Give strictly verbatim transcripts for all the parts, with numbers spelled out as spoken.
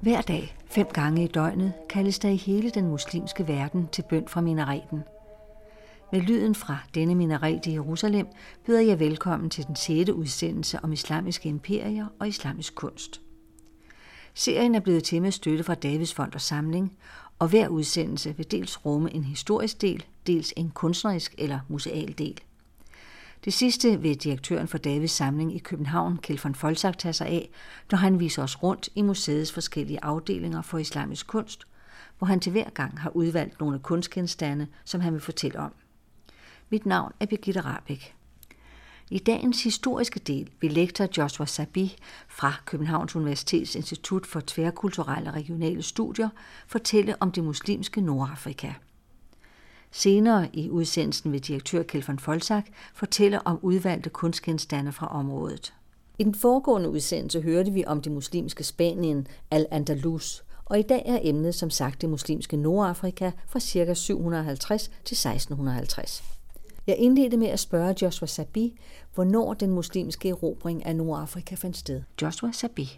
Hver dag, fem gange i døgnet, kaldes der i hele den muslimske verden til bøn fra minareten. Med lyden fra denne minaret i Jerusalem byder jeg velkommen til den sjette udsendelse om islamiske imperier og islamisk kunst. Serien er blevet til med støtte fra Davids Fond og Samling, og hver udsendelse vil dels rumme en historisk del, dels en kunstnerisk eller museal del. Det sidste vil direktøren for Davids Samling i København, Kjeld von Foltzak, tage sig af, når han viser os rundt i museets forskellige afdelinger for islamisk kunst, hvor han til hver gang har udvalgt nogle kunstgenstande, som han vil fortælle om. Mit navn er Birgitte Rahbek. I dagens historiske del vil lektor Joshua Sabi fra Københavns Universitets Institut for Tværkulturelle og Regionale Studier fortælle om det muslimske Nordafrika. Senere i udsendelsen vil direktør Kjeld von Foltzak fortælle om udvalgte kunstgenstande fra området. I den foregående udsendelse hørte vi om det muslimske Spanien, Al-Andalus, og i dag er emnet som sagt det muslimske Nordafrika fra ca. syv hundrede og halvtreds til seksten halvtreds. Jeg indledte med at spørge Joshua Sabi, hvornår den muslimske erobring af Nordafrika fandt sted. Joshua Sabi.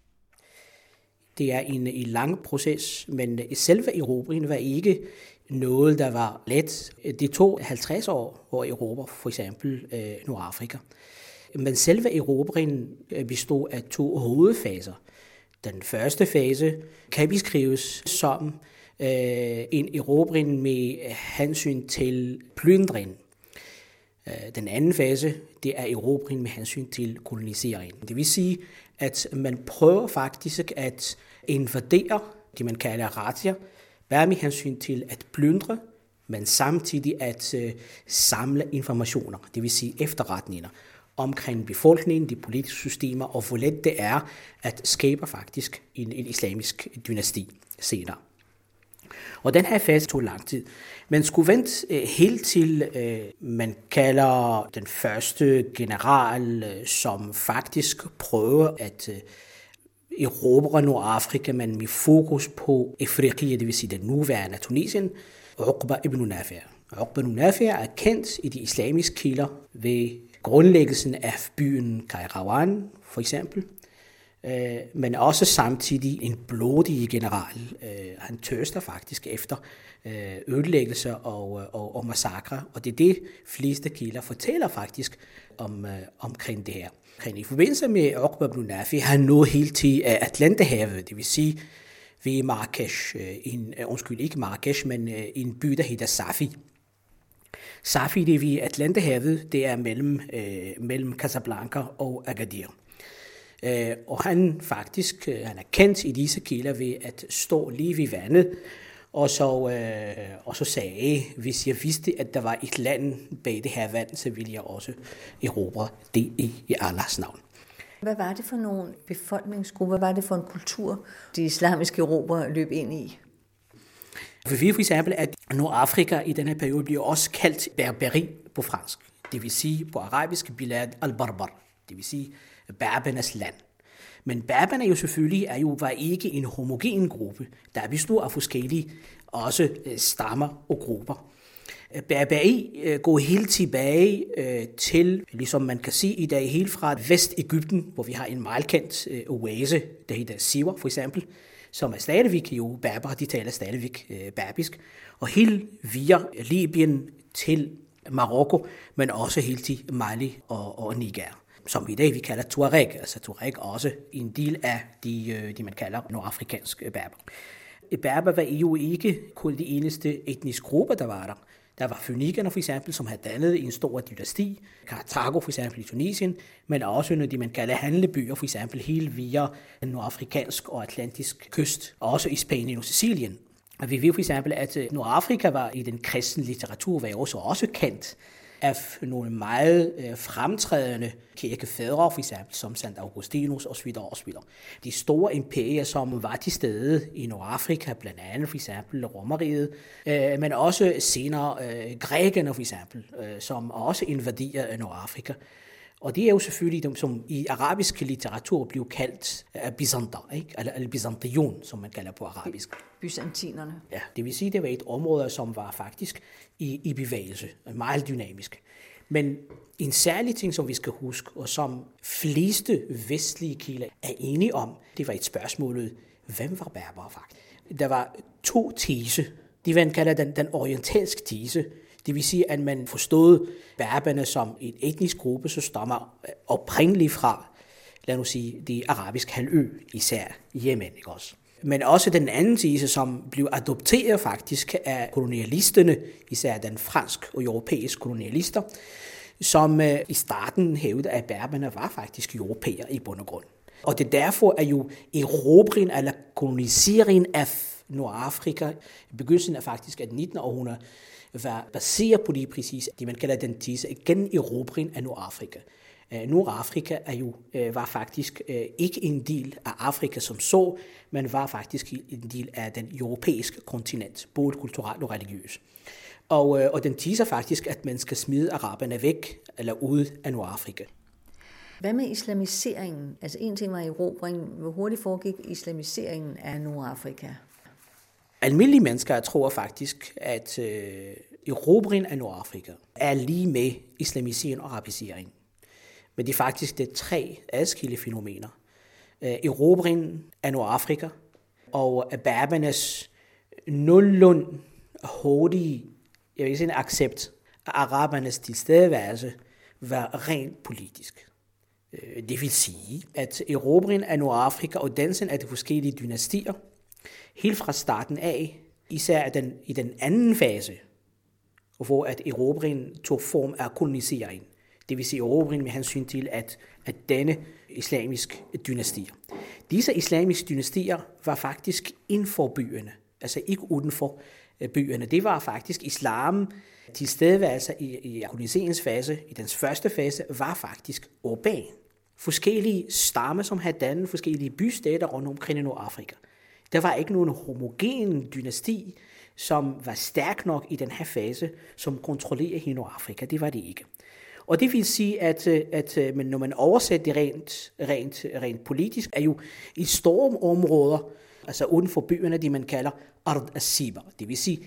Det er en, en lang proces, men selve erobringen var ikke noget, der var let. Det tog halvtreds år at erobre for eksempel øh, Nordafrika. Men selve erobringen bestod af to hovedfaser. Den første fase kan beskrives som øh, en erobring med hensyn til plyndring. Den anden fase, det er erobring med hensyn til kolonisering. Det vil sige, at man prøver faktisk at invadere det, man kalder razzier, bare med hensyn til at plyndre, men samtidig at uh, samle informationer, det vil sige efterretninger, omkring befolkningen, de politiske systemer, og hvor let det er at skabe faktisk en, en islamisk dynasti senere. Og den her fase tog lang tid. Man skulle vente uh, helt til, uh, man kalder den første general, uh, som faktisk prøver at uh, erobre Nordafrika, men med fokus på Afrika, det vil sige den nuværende Tunesien, Uqba ibn Nafi'. Uqba ibn Nafi' er kendt i de islamiske kilder ved grundlæggelsen af byen Qayrawan, for eksempel, men også samtidig en blodig general. Han tørster faktisk efter ødelæggelser og, og, og massakre, og det er det, fleste kilder fortæller faktisk om, omkring det her. I forbindelse med Uqba ibn Nafi' har han nået helt til Atlanterhavet, det vil sige ved Marrakesh, en, undskyld ikke Marrakesh, men en by, der hedder Safi. Safi, det er ved Atlanterhavet, det er mellem, øh, mellem Casablanca og Agadir. Øh, og han faktisk, han er kendt i disse kilder ved at stå lige ved vandet, og så, øh, og så sagde, hvis jeg vidste, at der var et land bag det her vand, så ville jeg også erobre det i, i Allahs navn. Hvad var det for nogle befolkningsgrupper, hvad var det for en kultur, de islamiske erobrere løb ind i? Vi ved for eksempel, at Nordafrika i denne periode bliver også kaldt berberi på fransk. Det vil sige på arabisk bilad al-barbar, det vil sige berbernes land. Men berberne jo selvfølgelig er jo, var ikke en homogen gruppe, der bestod af forskellige også stammer og grupper. Berberi går helt tilbage til, ligesom man kan sige i dag, helt fra Vest-Egypten, hvor vi har en meget kendt oase, der hedder Siwa for eksempel, som er stadigvæk jo berber, de taler stadigvæk berbisk, og helt via Libyen til Marokko, men også helt til Mali og, og Niger, som i dag vi kalder Tuareg, altså Tuareg er også en del af de, de man kalder nordafrikanske berber. Berber var jo ikke kun de eneste etniske grupper, der var der. Der var fønikerne for eksempel, som havde dannet en stor dynasti, Karthago for eksempel i Tunesien, men også nogle af de, man kalder handlebyer, for eksempel helt via den nordafrikansk og atlantisk kyst, og også i Spanien og Sicilien. Og vi ved for eksempel, at Nordafrika var i den kristne litteratur, var også, også kendt af nogle meget øh, fremtrædende kirkefædre, for eksempel som Sankt Augustinus osv. osv. De store imperier, som var til stede i Nordafrika, blandt andet for eksempel Romerriget, øh, men også senere øh, grækerne for eksempel, øh, som også invaderede Nordafrika. Og det er jo selvfølgelig dem, som i arabisk litteratur blev kaldt uh, byzanter, ikke? Eller al-Byzantion, som man kalder på arabisk. Byzantinerne. Ja, det vil sige, at det var et område, som var faktisk i, i bevægelse, meget dynamisk. Men en særlig ting, som vi skal huske, og som fleste vestlige kilder er enige om, det var et spørgsmål, hvem var berbere faktisk? Der var to tese. De man kalder den, den orientalske tese. Det vil sige, at man forstod berberne som en etnisk gruppe, så stammer oprindeligt fra, lad os sige, de arabiske halvø, især Yemen, ikke også? Men også den anden tese, som blev adopteret faktisk af kolonialisterne, især den fransk og europæiske kolonialister, som i starten hævdede, at berberne var faktisk europæere i bund og grund. Og det derfor er jo erobringen eller koloniseringen af Nordafrika, i begyndelsen af faktisk af nittende århundrede, var baseret på lige præcis det, man kalder den tese, igen erobringen af Nordafrika. Nordafrika er jo, var faktisk ikke en del af Afrika som så, men var faktisk en del af den europæiske kontinent, både kulturelt og religiøst. Og, og den teaser faktisk, at man skal smide araberne væk eller ud af Nordafrika. Hvad med islamiseringen? Altså en ting var erobringen. Hvor hurtigt foregik islamiseringen af Nordafrika? Almindelige mennesker tror faktisk, at øh, erobringen af Nordafrika er lige med islamisering og arabisering. Men det er faktisk det tre adskilte fænomener. Øh, erobringen af Nordafrika og berbernes nogenlunde hurtige, jeg vil ikke sige en accept af arabernes tilstedeværelse var rent politisk. Det vil sige, at erobringen af Nordafrika og dansen af de forskellige dynastier, helt fra starten af, især den, i den anden fase, hvor at erobringen tog form af kolonisering. Det vil sige erobringen med hensyn til at, at denne islamisk dynastier. Disse islamiske dynastier var faktisk inden for byerne, altså ikke uden for byerne. Det var faktisk islam tilstedeværelse i, i koloniseringsfase, i dens første fase, var faktisk urban. Forskellige stammer, som havde dannet forskellige bystater rundt omkring i Nordafrika. Der var ikke nogen homogen dynasti, som var stærk nok i den her fase, som kontrollerer hele Nordafrika. Det var det ikke. Og det vil sige, at, at men når man oversætter det rent, rent, rent politisk, er jo i store områder, altså uden for byerne, det man kalder ard as-siba, det vil sige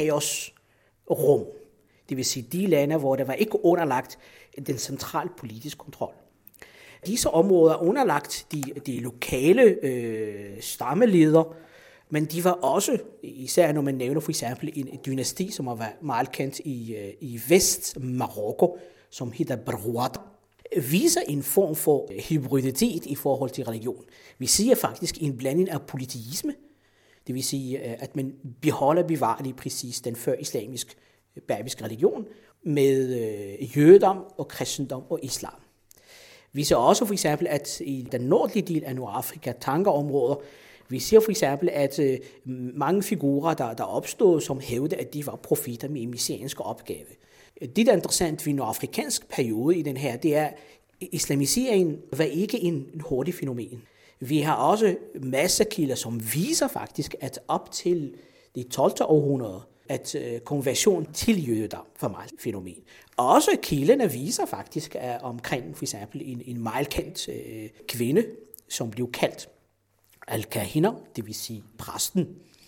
kaosrum. Det vil sige de lande, hvor der var ikke underlagt den centrale politiske kontrol. Disse områder er underlagt de, de lokale øh, stammeledere, men de var også, især når man nævner for eksempel en, en dynasti, som har været meget kendt i, i Vest-Marokko, som hedder Brouat, viser en form for hybriditet i forhold til religion. Vi siger faktisk en blanding af polyteisme, det vil sige, at man beholder bevarer lige præcis den før islamisk berbiske religion med øh, jødedom og kristendom og islam. Vi ser også for eksempel, at i den nordlige del af Nordafrika, tankerområder, vi ser for eksempel, at øh, mange figurer, der, der opstod, som hævdede, at de var profeter med en messiansk opgave. Det, der er interessant ved nordafrikansk periode i den her, det er, at islamiseringen var ikke en hurtig fænomen. Vi har også masser af kilder, som viser faktisk, at op til det tolvte århundrede, at øh, konversion til jødedom var meget fænomen. Også kilderne viser faktisk at omkring for eksempel en, en meget kendt øh, kvinde, som blev kaldt al-kahina, det vil sige præsten.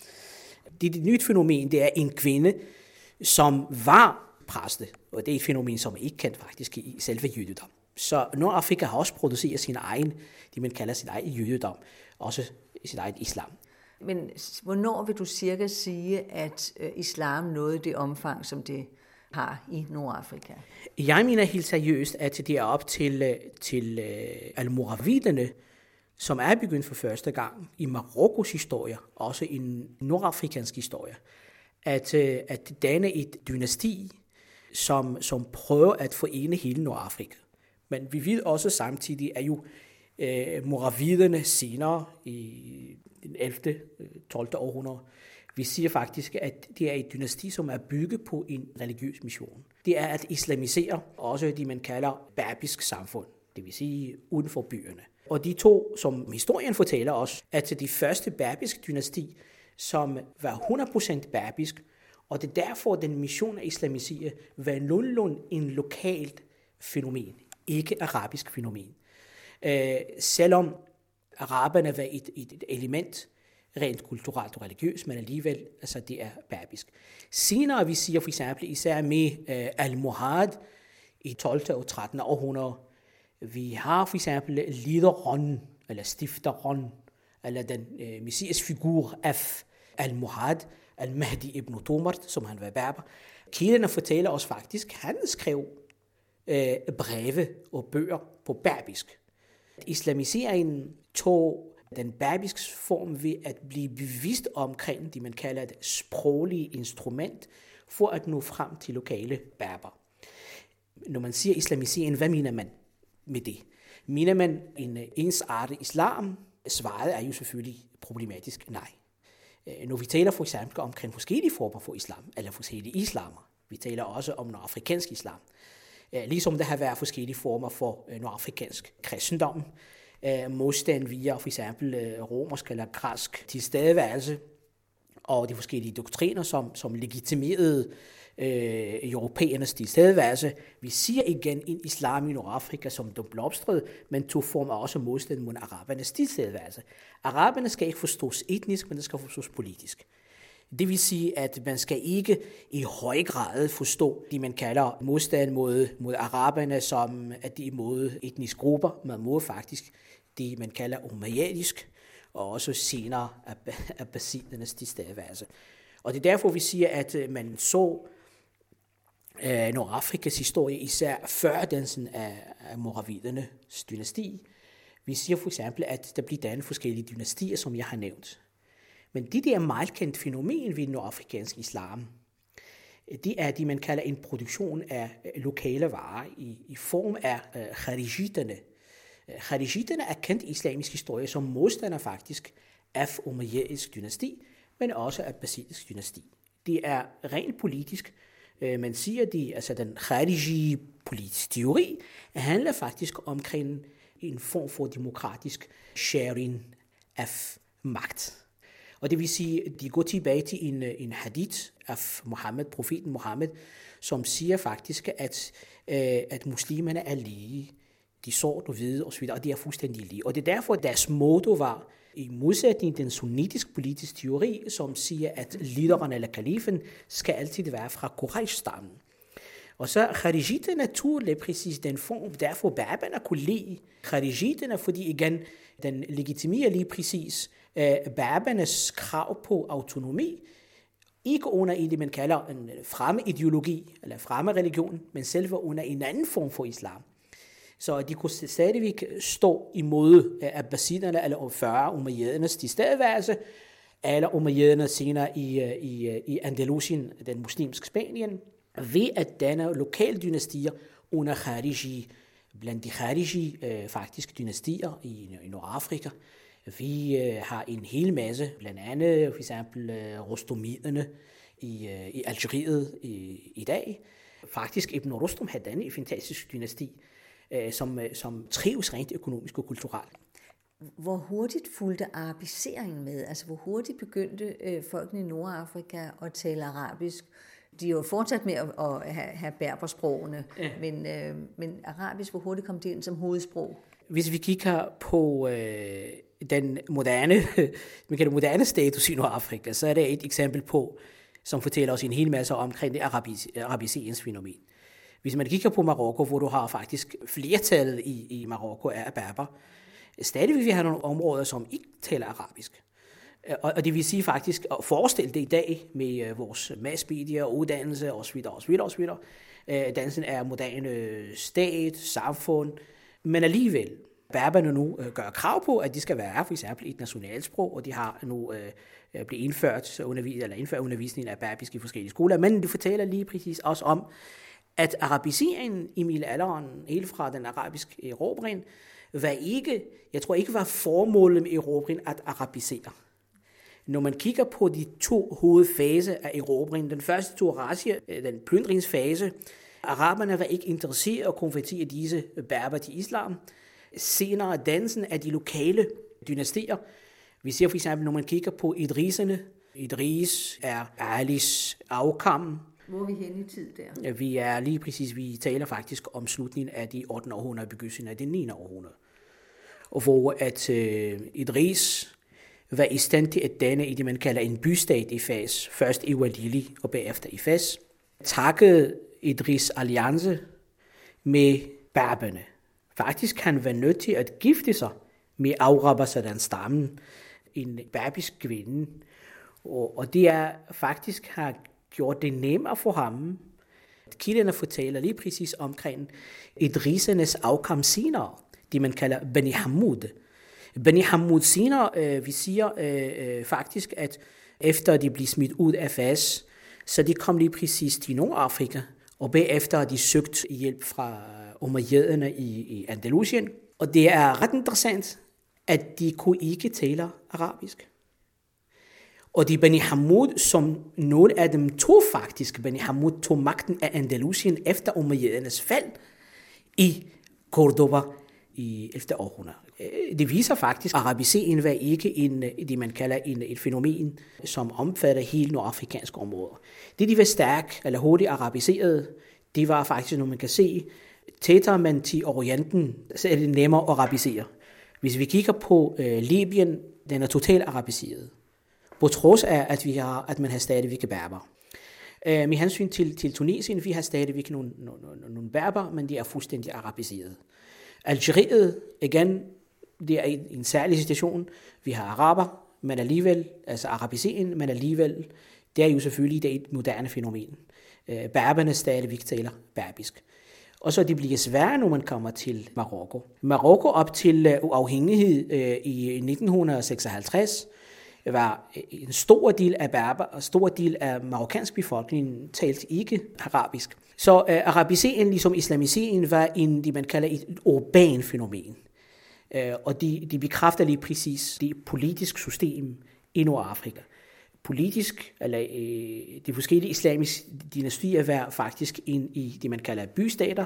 Det, det nyt fænomen, det er en kvinde, som var præste, og det er et fænomen, som er ikke kendt faktisk i selve jødedom. Så Nordafrika har også produceret sin egen, det man kalder sin egen jødedom, også sin egen islam. Men hvornår vil du cirka sige, at islam nåede det omfang, som det har i Nordafrika? Jeg mener helt seriøst, at det er op til, til almoraviderne, som er begyndt for første gang i Marokkos historie, også i nordafrikansk historie, at, at danne et dynasti, som, som prøver at forene hele Nordafrika. Men vi ved også samtidig, at jo øh, moraviderne senere i den ellevte tolvte århundrede, vi siger faktisk, at det er et dynasti, som er bygget på en religiøs mission. Det er at islamisere også det, man kalder berbisk samfund, det vil sige uden for byerne. Og de to, som historien fortæller os, at det første berbiske dynasti, som var hundrede procent berbisk, og det er derfor, den mission af islamisere var nogenlunde en lokalt fænomen, ikke arabisk fænomen. Øh, selvom araberne var et, et element, rent kulturelt og religiøst, men alligevel, altså det er berbisk. Senere, vi siger for eksempel, især med øh, al-Muhad i tolvte og trettende århundrede, vi har for eksempel lideren, eller stifteren eller den øh, messias figur af al-Muhad, al-Mahdi ibn Tumart, som han var berber. Kilderne fortæller os faktisk, at han skrev øh, breve og bøger på berbisk. Islamiseringen tog den berbiske form ved at blive bevidst omkring det, man kalder et sprogligt instrument, for at nå frem til lokale berber. Når man siger islamisering, hvad mener man med det? Mener man en ensartet islam? Svaret er jo selvfølgelig problematisk nej. Når vi taler for eksempel omkring forskellige former for islam, eller forskellige islamer, vi taler også om nordafrikansk islam, ligesom der har været forskellige former for nordafrikansk kristendom, modstand via for eksempel romersk eller græsk tilstedeværelse, og de forskellige doktriner, som, som legitimerede øh, europæernes tilstedeværelse. Vi siger igen en islam i Nordafrika, som der blev opstået, men tog form af også modstand mod arabernes tilstedeværelse. Araberne skal ikke forstås etnisk, men det skal forstås politisk. Det vil sige, at man skal ikke i høj grad forstå det, man kalder modstand mod, mod araberne, som at de er imod etniske grupper, men mod faktisk det, man kalder umayyadisk, og også senere af bassidernes tilstedeværelse. Og det er derfor, vi siger, at man så øh, Nordafrikas historie, især før dansen af, af moravidernes dynasti. Vi siger for eksempel, at der bliver dannet forskellige dynastier, som jeg har nævnt. Men det der meget kendt fænomen ved nordafrikansk islam, det er det, man kalder en produktion af lokale varer i, i form af øh, kharijiterne. Kharijiterne er kendt i islamisk historie som modstander faktisk af umayyadisk dynasti, men også af bassidisk dynasti. Det er rent politisk. Man siger, at altså den khariji politiske teori handler faktisk omkring en form for demokratisk sharing af magt. Og det vil sige, at de går tilbage til en, en hadith af Muhammed, profeten Muhammed, som siger faktisk, at, at muslimerne er lige. De sort og hvide osv., og de er fuldstændig lige. Og det er derfor, at deres motto var, i modsætning til den sunnitisk politiske teori, som siger, at lederen eller kalifen skal altid være fra Quraysh-stammen. Og så kharijiterne tog lige præcis den form, derfor berberne kunne lide kharijiterne, fordi igen, den legitimerer lige præcis uh, berbernes krav på autonomi, ikke under i det, man kalder en fremme ideologi, eller fremme religion, men selv under en anden form for islam. Så de kunne stadigvæk stå imod abbasiderne eller fyrre umayyadernes tilstedeværelse, eller umayyadernes senere i, i, i Andalusien, den muslimske Spanien, ved at danne lokale dynastier under khariji, blandt de khariji øh, faktisk dynastier i, i Nordafrika. Vi øh, har en hel masse, blandt andet for eksempel øh, Rustumiderne i, øh, i Algeriet i, i dag. Faktisk Ibn Rustum havde dannet et fantastisk dynasti, Som, som trives rent økonomisk og kulturelt. Hvor hurtigt fulgte arabiseringen med? Altså, hvor hurtigt begyndte øh, folkene i Nordafrika at tale arabisk? De er jo fortsat med at, at have, have berbersprogene, ja. men, øh, men arabisk, hvor hurtigt kom det ind som hovedsprog? Hvis vi kigger på øh, den moderne, man kan det moderne status i Nordafrika, så er det et eksempel på, som fortæller os en hel masse omkring det arabis, arabiseringsfænomen. Hvis man kigger på Marokko, hvor du har faktisk flertallet i, i Marokko er berber, stadig vil vi have nogle områder, som ikke taler arabisk. Og, og det vil sige faktisk, at forestille det i dag med uh, vores massmedier, uddannelse osv. osv. osv. Uh, dansen er moderne stat, samfund, men alligevel, berberne nu uh, gør krav på, at de skal være for eksempel et nationalsprog, og de har nu uh, blevet indført, undervis, eller indført undervisningen af berbisk i forskellige skoler, men det fortæller lige præcis også om, at arabiseringen i middelalderen, helt fra den arabiske erobring, var ikke, jeg tror ikke var formålet med erobring at arabisere. Når man kigger på de to hovedfaser af erobringen, den første to razzia, den plyndringsfase, araberne var ikke interesseret i at konvertere disse berber til islam. Senere dansen af de lokale dynastier. Vi ser for eksempel, når man kigger på Idriserne. Idris er Alis afkom. Hvor er vi henne i tid der? Vi er lige præcis, vi taler faktisk om slutningen af det ottende århundrede og begyndelsen af det niende århundrede. Og hvor at øh, Idris var i stand til at danne i det, man kalder en bystat i Fas, først i Walili og bagefter i Fas, takkede Idris alliance med berberne. Faktisk han var nødt til at gifte sig med Aurabasadan-stammen, en berbisk kvinde. Og, og det er faktisk har gjort det nemmere for ham. Kilderne fortæller lige præcis omkring idrisernes afkom senere, det man kalder Bani Hammud. Bani Hammud senere, øh, vi siger øh, faktisk, at efter de blev smidt ud af Fas, så de kom lige præcis til Nordafrika, og bagefter har de søgt hjælp fra umayyaderne i, i Andalusien. Og det er ret interessant, at de kunne ikke tale arabisk. Og de Bani Hammud, som nogle af dem tog faktisk, Bani Hammud tog magten af Andalusien efter umayyadernes fald i Cordoba i ellevte århundrede. Det viser faktisk, at arabiseringen var ikke en, det, man kalder en, et fænomen, som omfatter hele nordafrikanske områder. Det, de var stærkt eller hurtigt arabiseret, det var faktisk, når man kan se, tættere man til Orienten, så er det nemmere at arabisere. Hvis vi kigger på øh, Libyen, den er totalt arabiseret. På trods af, at, vi har, at man har stadigvæk berber. Øh, med hensyn til, til Tunesien, vi har stadigvæk nogle, nogle, nogle berber, men de er fuldstændig arabiseret. Algeriet, igen, det er en, en særlig situation. Vi har araber, men alligevel, altså arabiseringen, men alligevel, det er jo selvfølgelig det er et moderne fænomen. Øh, berberne stadigvæk taler berbisk. Og så det bliver sværere, når man kommer til Marokko. Marokko op til uafhængighed øh, i nitten seksoghalvtreds var en stor del af berber og stor del af marokkansk befolkning talte ikke arabisk. Så øh, arabiseringen, ligesom islamiseringen, var en, det man kalder et urban fænomen. Øh, og de, de bekræfter lige præcis det politiske system i Nordafrika. Politisk, eller øh, de forskellige islamiske dynastier var faktisk ind i det, man kalder bystater.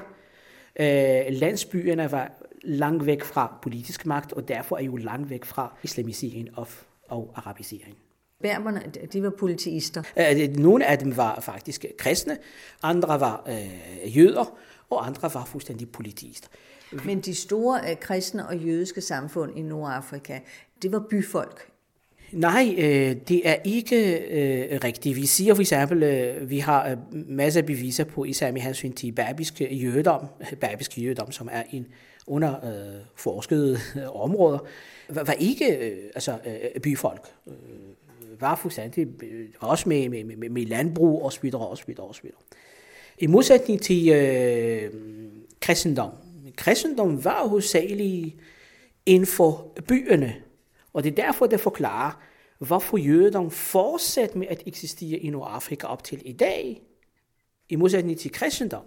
Øh, landsbyerne var langt væk fra politisk magt, og derfor er jo langt væk fra islamisering og, og arabisering. Berberne, de var politister? Øh, nogle af dem var faktisk kristne, andre var øh, jøder, og andre var fuldstændig politister. Men de store øh, kristne og jødiske samfund i Nordafrika, det var byfolk? Nej, øh, det er ikke øh, rigtigt. Vi siger for eksempel, øh, vi har øh, masser af beviser på, især med hensyn til berbisk jødedom, berbisk jødedom, som er en underforskede øh, områder, var, var ikke øh, altså, øh, byfolk. Øh, var fuldstændig, øh, også med, med, med, med landbrug og så videre, og så videre, og så videre. I modsætning til øh, kristendom. Kristendom var hovedsageligt inden for byerne. Og det er derfor, det forklarer, hvorfor jødedom fortsætter med at eksistere i Nordafrika op til i dag, i modsætning til kristendom.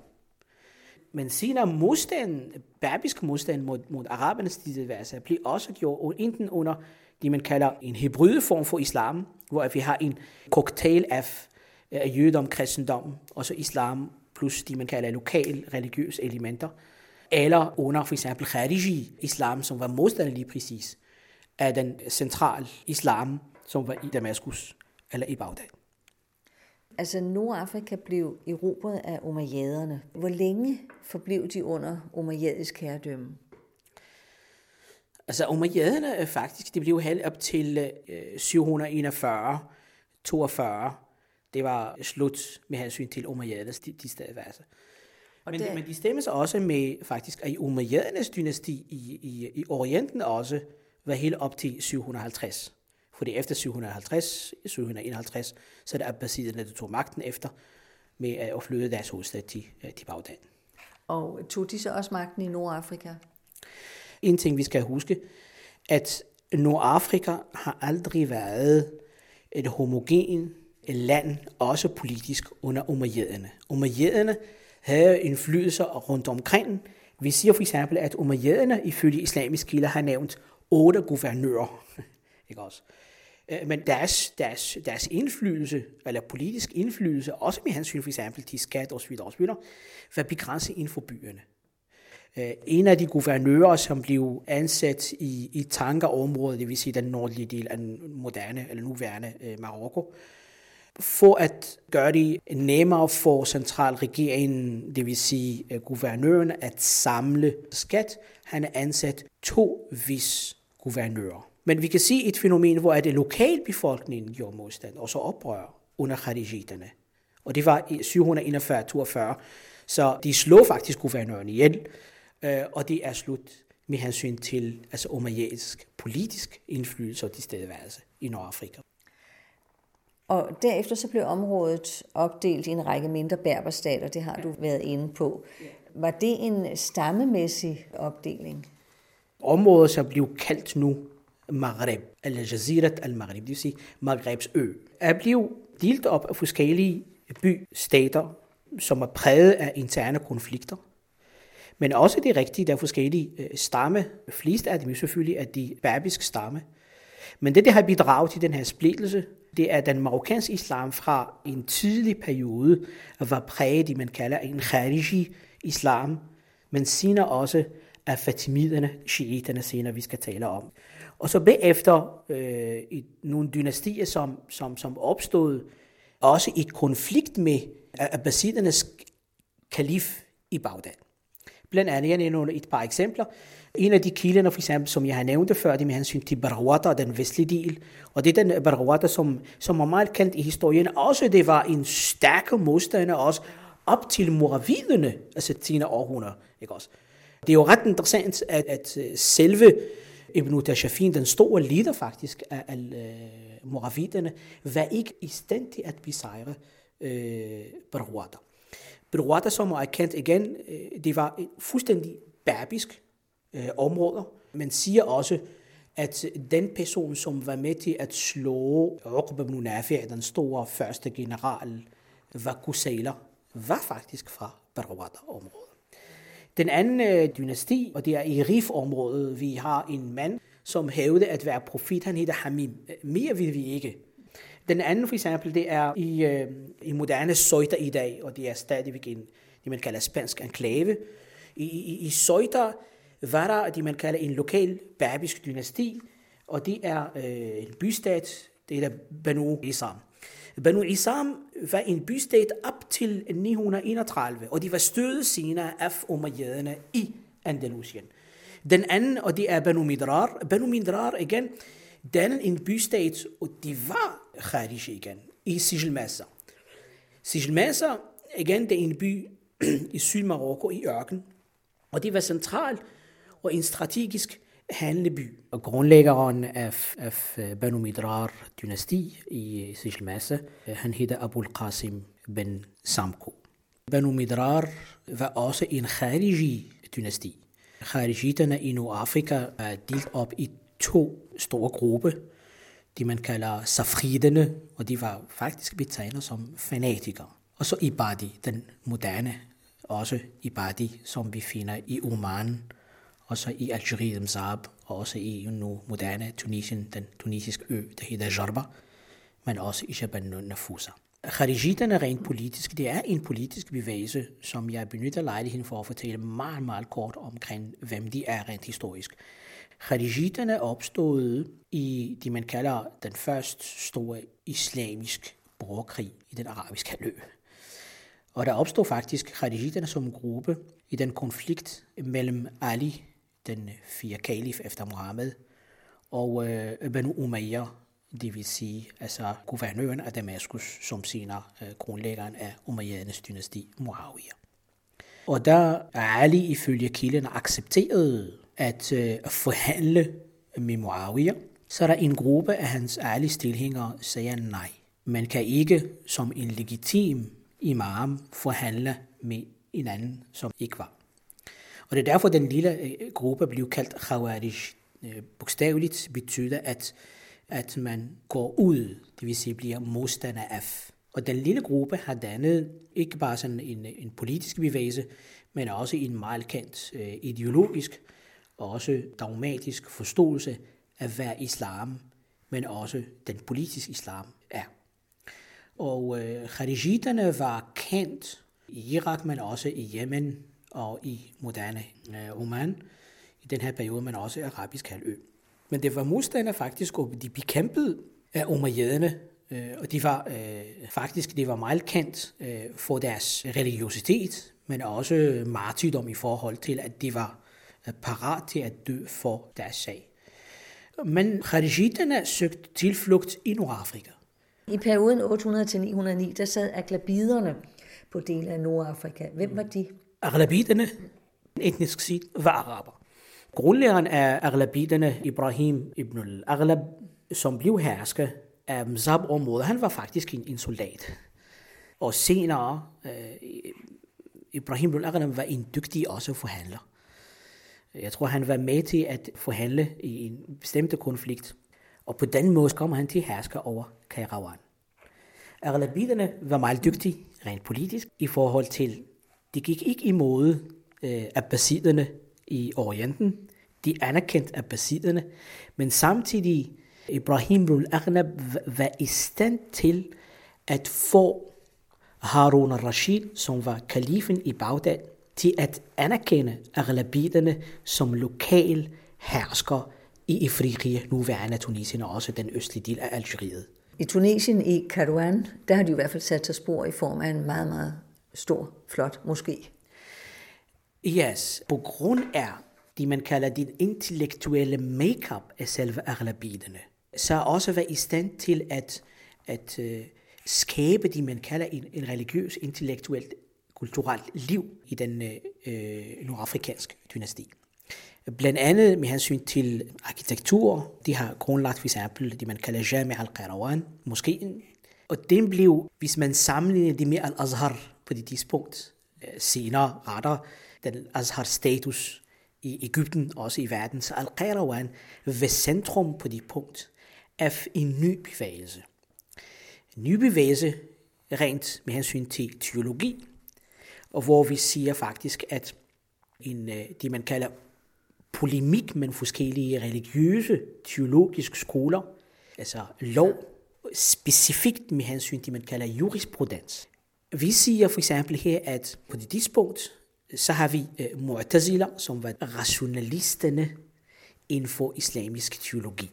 Men senere modstand, berbisk modstand mod, mod arabernes tilstedeværelse, bliver også gjort enten under det, man kalder en hybrideform for islam, hvor vi har en cocktail af, af jødedom, kristendom, og så islam, plus det, man kalder lokale religiøse elementer, eller under for eksempel Khariji islam, som var modstander lige præcis af den centrale islam, som var i Damaskus eller i Bagdad. Altså Nordafrika blev erobret af umayyaderne. Hvor længe forblev de under umayyadisk herredømme? Altså umayyaderne faktisk, det blev helt op til øh, syv hundrede enogfyrre toogfyrre. Det var slut med hensyn til umayyadernes de, de stedværelse. Men, det... men de stemmes også med faktisk, at umayyadernes dynasti i, i, i Orienten også var helt op til syv hundrede halvtreds. Fordi efter syv hundrede halvtreds, syv hundrede enoghalvtreds, så er det abbasiderne, der tog magten efter med at flytte deres hovedstad til, til Bagdad. Og tog de så også magten i Nordafrika? En ting, vi skal huske, at Nordafrika har aldrig været et homogen land, også politisk, under umayyaderne. Umayyaderne havde indflydelser rundt omkring. Vi siger for eksempel, at umayyaderne ifølge islamiske kilder har nævnt otte guvernører. Ikke også? Men deres, deres, deres indflydelse, eller politisk indflydelse, også med hensyn for eksempel til skat osv., osv., var begrænset inden for byerne. En af de guvernører, som blev ansat i, i Tanka-området, det vil sige den nordlige del af den moderne eller nuværende Marokko, for at gøre det nemmere for centralregeringen, det vil sige guvernøren, at samle skat, han er ansat to vis guvernører. Men vi kan se et fænomen, hvor det lokalbefolkningen gjorde modstand, og så oprør under kharijiterne. Og det var i syv hundrede enogfyrre toogfyrre, så de slog faktisk guvernøren ihjel, og det er slut med hensyn til altså umayyadisk politisk indflydelse og tilstedeværelse i Nordafrika. Og derefter så blev området opdelt i en række mindre berberstater, det har du været inde på. Var det en stammemæssig opdeling? Området, som blev kaldt nu Maghreb, eller Jazirat al-Maghreb, det vil sige Maghrebs ø, er blevet delt op af forskellige bystater, som er præget af interne konflikter. Men også det rigtige, der er forskellige stamme. Flest af dem selvfølgelig er de berbiske stamme. Men det, der har bidraget til den her splittelse, det er den marokkanske islam fra en tidlig periode, var præget, det man kalder en khariji islam, men senere også af fatimiderne, shiiterne senere, vi skal tale om. Og så bagefter øh, i nogle dynastier, som, som, som opstod, også i konflikt med abbasidernes kalif i Bagdad. Blandt andet, jeg nævner et par eksempler. En af de kilder, for eksempel, som jeg har nævnt før, det med hensyn til Barawata, den vestlige del. Og det er den Barawata, som, som er meget kendt i historien. Også det var en stærk modstander, også op til moraviderne, altså tiende århundrede. Ikke også? Det er jo ret interessant, at, at selve Ibn Tashafin, den store leder faktisk af uh, moraviderne, var ikke i stand til at besejre uh, Barawata. Barawata, som er kendt igen, det var et fuldstændig berbisk øh, område. Man siger også, at den person, som var med til at slå Uqba ibn Nafi', den store første general, var Qusayla, var faktisk fra Barawata-området. Den anden øh, dynasti, og det er i Rif-området, vi har en mand, som hævde at være profet, han hedder Hamim. Mere vil vi ikke. Den anden for eksempel, det er i, øh, i moderne Ceuta i dag, og det er stadigvæk en, det man kalder spansk enklave. I, i, i Ceuta var der det man kalder en lokal berbisk dynasti, og det er øh, en bystat, det er Banu Isam. Banu Isam var en bystat op til ni hundrede enogtredive, og de var stødet senere af umayyaderne i Andalusien. Den anden, og det er Banu Midrar. Banu Midrar igen, dannede en bystat, og de var kharij igen, i Sijil Massa. Sijil Massa, igen, det er en by i Syd-Marokko, i ørken, og det var central og en strategisk handleby. Og grundlæggeren af, af Banu Midrar dynasti i Sijil Massa, han hedder Abul Qasim ben Samko. Banu Midrar var også en khariji dynasti. Kharijiterne i Nordafrika er delt op i to store grupper, de man kalder safriderne, og de var faktisk betegnet som fanatikere. Og så Ibadi, den moderne, også Ibadi, som vi finder i Oman, og så i Algeriet, Mzab, og også i nu moderne Tunisien, den tunisiske ø, der hedder Jarba, men også i Jabal Nafusa. Kharijiterne rent politisk, det er en politisk bevægelse, som jeg benytter lejligheden for at fortælle meget, meget kort omkring, hvem de er rent historisk. Kharijiterne opstod i det, man kalder den første store islamisk borgerkrig i den arabiske halvø. Og der opstod faktisk kharijiterne som gruppe i den konflikt mellem Ali, den fire kalif efter Muhammed, og øh, Banu Umayya, det vil sige altså guvernøren af Damaskus, som senere øh, grundlæggeren af Umayyadernes dynasti Muawiyah. Og der Ali ifølge kilden accepterede at øh, forhandle med Muawiyah, så er der en gruppe af hans Alis tilhængere, siger nej. Man kan ikke som en legitim imam forhandle med en anden, som ikke var. Og det er derfor, den lille øh, gruppe blev kaldt Khawarij. Øh, bogstaveligt betyder, at, at man går ud, det vil sige bliver modstander af. Og den lille gruppe har dannet ikke bare sådan en, en politisk bevægelse, men også en meget kendt øh, ideologisk og også dogmatisk forståelse af, hvad islam, men også den politiske islam er. Og øh, kharijiterne var kendt i Irak, men også i Yemen og i moderne øh, Oman, i den her periode, men også i arabisk halvø. Men det var modstandere faktisk, og de bekæmpede af umayyaderne, øh, og de var øh, faktisk de var meget kendt øh, for deres religiøsitet, men også martyrdom i forhold til, at de var parat til at dø for deres sag. Men kharijiterne søgte tilflugt i Nordafrika. I perioden otte hundrede til ni hundrede og ni, der sad aglabiderne på dele af Nordafrika. Hvem var de? Aglabiderne, etnisk set, var araber. Grundlæggeren af Aghlabiderne, Ibrahim ibn al-Aghlab, som blev hersker af Mzab-området, han var faktisk en, en soldat. Og senere, øh, Ibrahim ibn al-Aghlab var en dygtig også forhandler. Jeg tror, han var med til at forhandle i en bestemt konflikt. Og på den måde kommer han til hersker over Qayrawan. Aghlabiderne var meget dygtige, rent politisk, i forhold til, de gik ikke imod øh, abbasiderne i Orienten. De anerkendte abbasiderne, men samtidig Ibrahim ibn al-Aghlab var i stand til at få Harun al-Rashid, som var kalifen i Bagdad, til at anerkende Aghlabiderne som lokal hersker i Ifriqiya, nuværende Tunisien og også den østlige del af Algeriet. I Tunisien, i Qayrawan, der har de i hvert fald sat sig spor i form af en meget, meget stor, flot moské. Yes, på grund af det, man kalder den intellektuelle make-up af selve Aghlabiderne, så har også været i stand til at, at uh, skabe det, man kalder en, en religiøs, intellektuelt, kulturelt liv i den øh, nordafrikanske dynasti. Blandt andet med hensyn til arkitektur, de har grundlagt for eksempel det, man kalder Jami' al-Qayrawan, moskeen, og den blev, hvis man sammenligner det med al-Azhar på det tidspunkt, senere retter den Azhar-status i Egypten, også i verden, så al-Qayrawan var centrum på det punkt af en ny bevægelse. En ny bevægelse rent med hensyn til teologi, og hvor vi siger faktisk, at en, det man kalder polemik mellem forskellige religiøse, teologiske skoler, altså lov, specifikt med hensyn til, man kalder jurisprudens. Vi siger for eksempel her, at på det tidspunkt, så har vi uh, Mu'tazila, som var rationalisterne inden for islamisk teologi,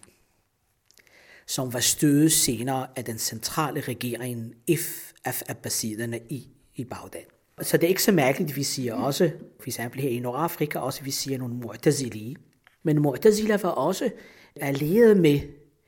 som var stødet senere af den centrale regering af abbasiderne i, i Bagdad. Så det er ikke så mærkeligt, vi siger også, for eksempel her i Nordafrika, også vi siger nogle Mu'tazili. Men Mu'tazila var også allieret med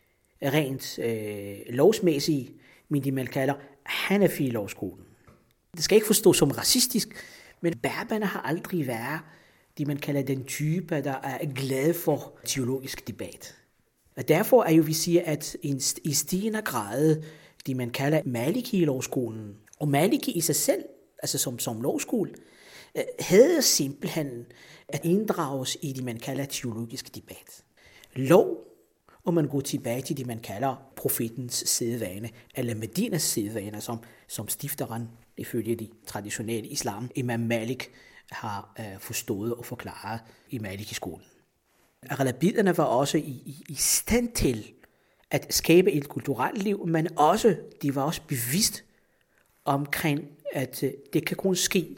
rent øh, lovsmæssigt, men de man kalder Hanafi-lovskolen. Det skal ikke forstås som racistisk, men berberne har aldrig været de man kalder den type, der er glad for teologisk debat. Og derfor er jo, vi siger, at i stigende grad, de man kalder Maliki-lovskolen, og Maliki i sig selv, altså som, som lovskole, havde simpelthen at inddrages i det, man kalder teologisk debat. Lov, og man går tilbage til det, man kalder profetens sædvane, eller Medinas sædvane, som, som stifteren, ifølge de traditionelle islam, Imam Malik, har øh, forstået og forklaret i Maliki-skolen. Aghlabiderne var også i, i, i stand til at skabe et kulturelt liv, men også, de var også bevidst omkring, at øh, det kan kun ske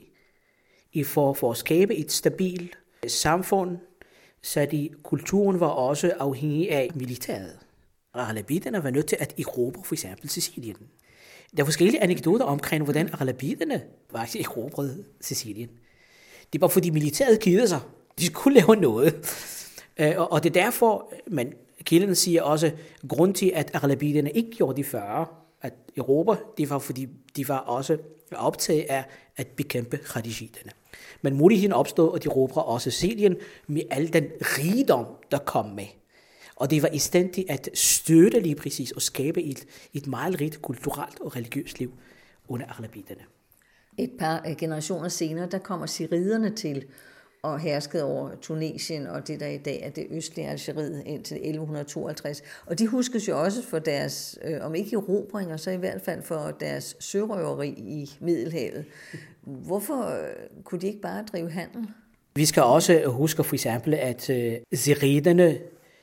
i for, for at skabe et stabilt samfund, så de, kulturen var også afhængig af militæret. Aghlabiderne var nødt til at erobre for eksempel Sicilien. Der er forskellige anekdoter omkring, hvordan Aghlabiderne faktisk erobrede Sicilien. Det var fordi militæret kidede sig. De skulle lave noget. Og det er derfor, men kilderne siger også, grund til, at Aghlabiderne ikke gjorde det før, at erobre, det var fordi, de var også optaget af at bekæmpe khadijiterne. Men muligheden opstod, og de erobrede også Sicilien med al den rigdom, der kom med. Og det var i stand til at støtte lige præcis og skabe et, et meget rigt kulturelt og religiøst liv under Aghlabiderne. Et par generationer senere, der kommer siriderne til og herskede over Tunesien og det, der i dag er det østlige Algeriet indtil elleve tooghalvtreds. Og de huskes jo også for deres, øh, om ikke erobringer, så i hvert fald for deres sørøveri i Middelhavet. Hvorfor øh, kunne de ikke bare drive handel? Vi skal også huske for eksempel, at øh, siriderne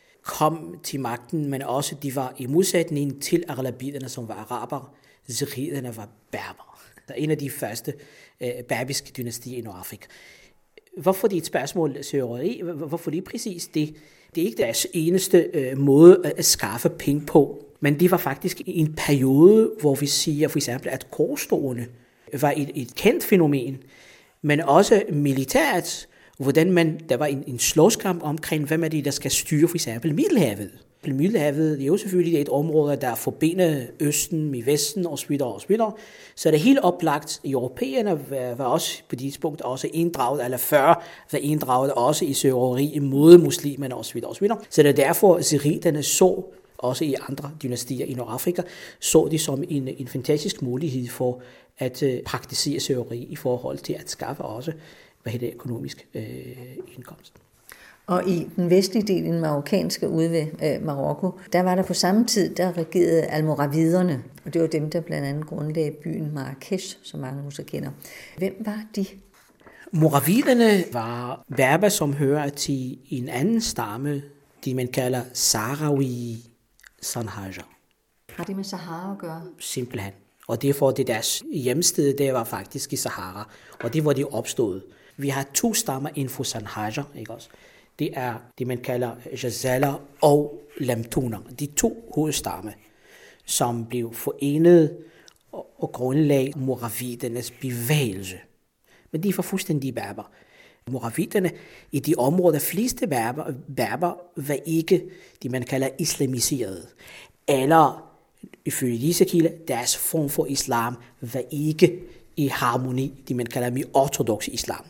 kom til magten, men også de var i modsætning til Aghlabiderne, som var araber. Siriderne var berber. Det er en af de første øh, berbiske dynastier i Nordafrika. Hvorfor det er et spørgsmål, sørøveri? Hvorfor det er præcis det? Det er ikke deres eneste øh, måde at skaffe penge på, men det var faktisk en periode, hvor vi siger for eksempel, at korstogene var et, et kendt fænomen, men også militært, hvordan man, der var en, en slåskamp omkring, hvem er det, der skal styre for eksempel Middelhavet. Middelhavet er jo selvfølgelig et område, der forbinder Østen med Vesten osv. osv. Så det er helt oplagt. Europæerne var også på det tidspunkt også inddraget, eller før var inddraget også i sørøveri mod muslimerne osv. osv. Så det er derfor, ziriterne så også i andre dynastier i Nordafrika, så de som en, en fantastisk mulighed for at uh, praktisere sørøveri i forhold til at skaffe også hvad hedder, økonomisk uh, indkomst. Og i den vestlige del, den marokkanske ude ved øh, Marokko, der var der på samme tid, der regerede almoraviderne, og det var dem, der blandt andet grundlagde byen Marrakesh, som mange måske kender. Hvem var de? Moraviderne var berber, som hører til en anden stamme, de man kalder Sahrawi Sanhaja. Har det med Sahara at gøre? Simpelthen. Og det er for det deres hjemsted, det var faktisk i Sahara, og det var de opstået. Vi har to stammer inden for Sanhaja, ikke også? Det er det, man kalder Jazala og Lamtuna. De to hovedstammer, som blev forenet og grundlag moravidernes bevægelse. Men de var fuldstændig berber. Moraviderne i de områder, fleste berber, berber var ikke det, man kalder islamiserede. Eller ifølge disse kilder, deres form for islam var ikke i harmoni, det man kalder med ortodox islam.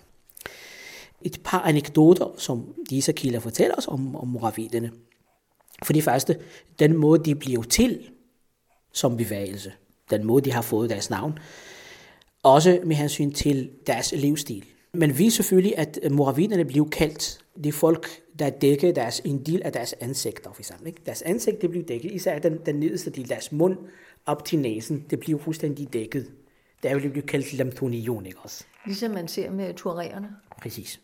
Et par anekdoter, som disse kilder fortæller os om, om moraviderne. For det første, den måde, de blev til som bevægelse, den måde, de har fået deres navn, også med hensyn til deres livsstil. Men vi ved selvfølgelig, at moraviderne blev kaldt de folk, der dækkede deres, en del af deres ansigter, for eksempel. Ikke? Deres ansigt det blev dækket, især den, den nederste del, deres mund op til næsen, det blev fuldstændig dækket. Der blev kaldt lamthonion, ikke også? Ligesom man ser med tuaregerne. Præcis.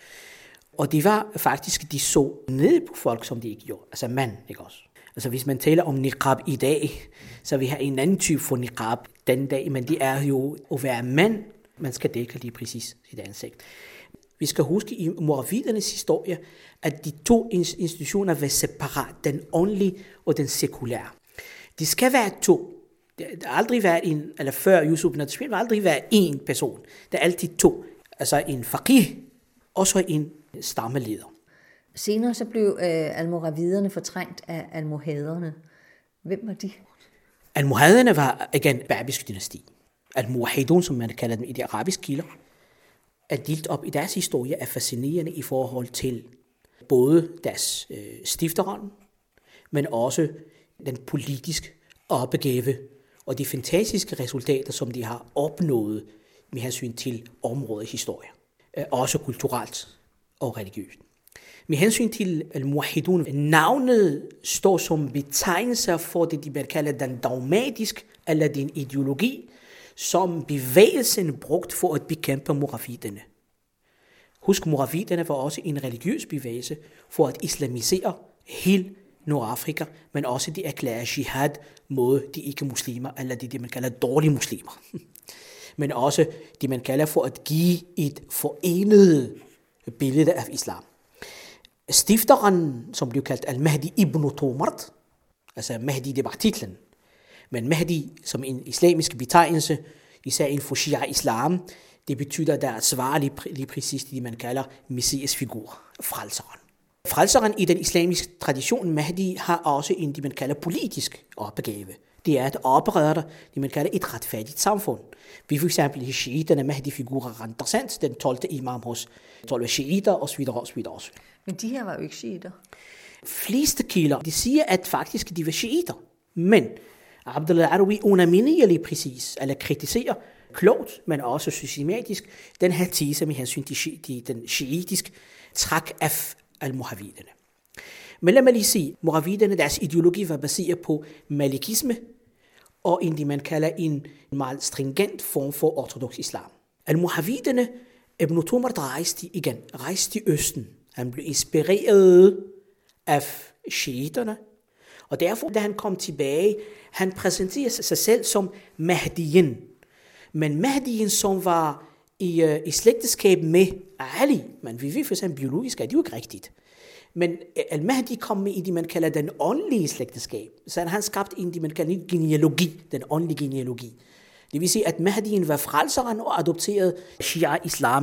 Og det var faktisk, de så ned på folk, som de ikke gjorde. Altså mand, ikke også? Altså hvis man taler om niqab i dag, så vi har en anden type for niqab den dag, men det er jo at være mand, man skal dække lige præcis sit ansigt. Vi skal huske i moravidernes historie, at de to institutioner var separat, den åndelige og den sekulære. De skal være to. Der har aldrig været en, eller før Yusuf ibn Tashfin, der har aldrig været én person. Der er altid to. Altså en faqih, og så en stammeleder. Senere så blev øh, almoraviderne fortrængt af almohaderne. Hvem var de? Almohaderne var igen berbisk dynasti. Al-Muwahhidun, som man kalder dem i de arabiske kilder, er delt op i deres historie er fascinerende i forhold til både deres øh, stifterånd, men også den politiske opgave og de fantastiske resultater, som de har opnået med hensyn til områdets historie. Øh, også kulturelt og religiøst. Med hensyn til Al-Muwahhidun, navnet står som betegnelse for det, de kalder den dogmatisk eller den ideologi, som bevægelsen brugt for at bekæmpe moraviderne. Husk, moraviderne var også en religiøs bevægelse for at islamisere hele Nordafrika, men også de erklærer jihad mod de ikke-muslimer, eller de, de man kalder dårlige muslimer. Men også de man kalder for at give et forenet billede af islam. Stifteren, som blev kaldt Al-Mahdi ibn Tumart, altså Mahdi, det var titlen, men Mahdi som en islamisk betegnelse, især inden for Shia-islam, det betyder, at der er svar lige, lige præcis det, man kalder messias figur, frelseren. Frelseren i den islamiske tradition, Mahdi, har også en, det man kalder politisk opgave. Det er at oprette det, man kalder et retfærdigt samfund. Vi for eksempel i shiiterne, Mahdi-figurer interessant, den tolvte imam hos tolv shiiter osv. osv. Men de her var jo ikke shiiter. Fleste kilder, de siger, at faktisk de var shiiter. Men Abdullah al-Arawi underminerer lige præcis, eller kritiserer klogt, men også systematisk, den her tese med hensyn til den shiitiske træk af al-Muhaviderne. Men lad mig lige sige, Muhaviderne, deres ideologi var baseret på malikisme og en, det man kalder en meget stringent form for ortodox islam. Al-Muhaviderne, Ibn Tumart rejste igen, rejste i Østen. Han blev inspireret af shiiterne, og derfor, da han kom tilbage, han præsenterede sig selv som Mahdiyen. Men Mahdiyen, som var i, uh, i slægteskab med Ali, men vi ved for eksempel biologisk, at det jo ikke rigtigt. Men Al-Mahdi kom med i det, man kalder den åndelige slægteskab. Så han har skabt en, det man kalder en genealogi, den åndelige genealogi. Det vil sige, at Mahdien var frelseren og adopterede Shia-islam,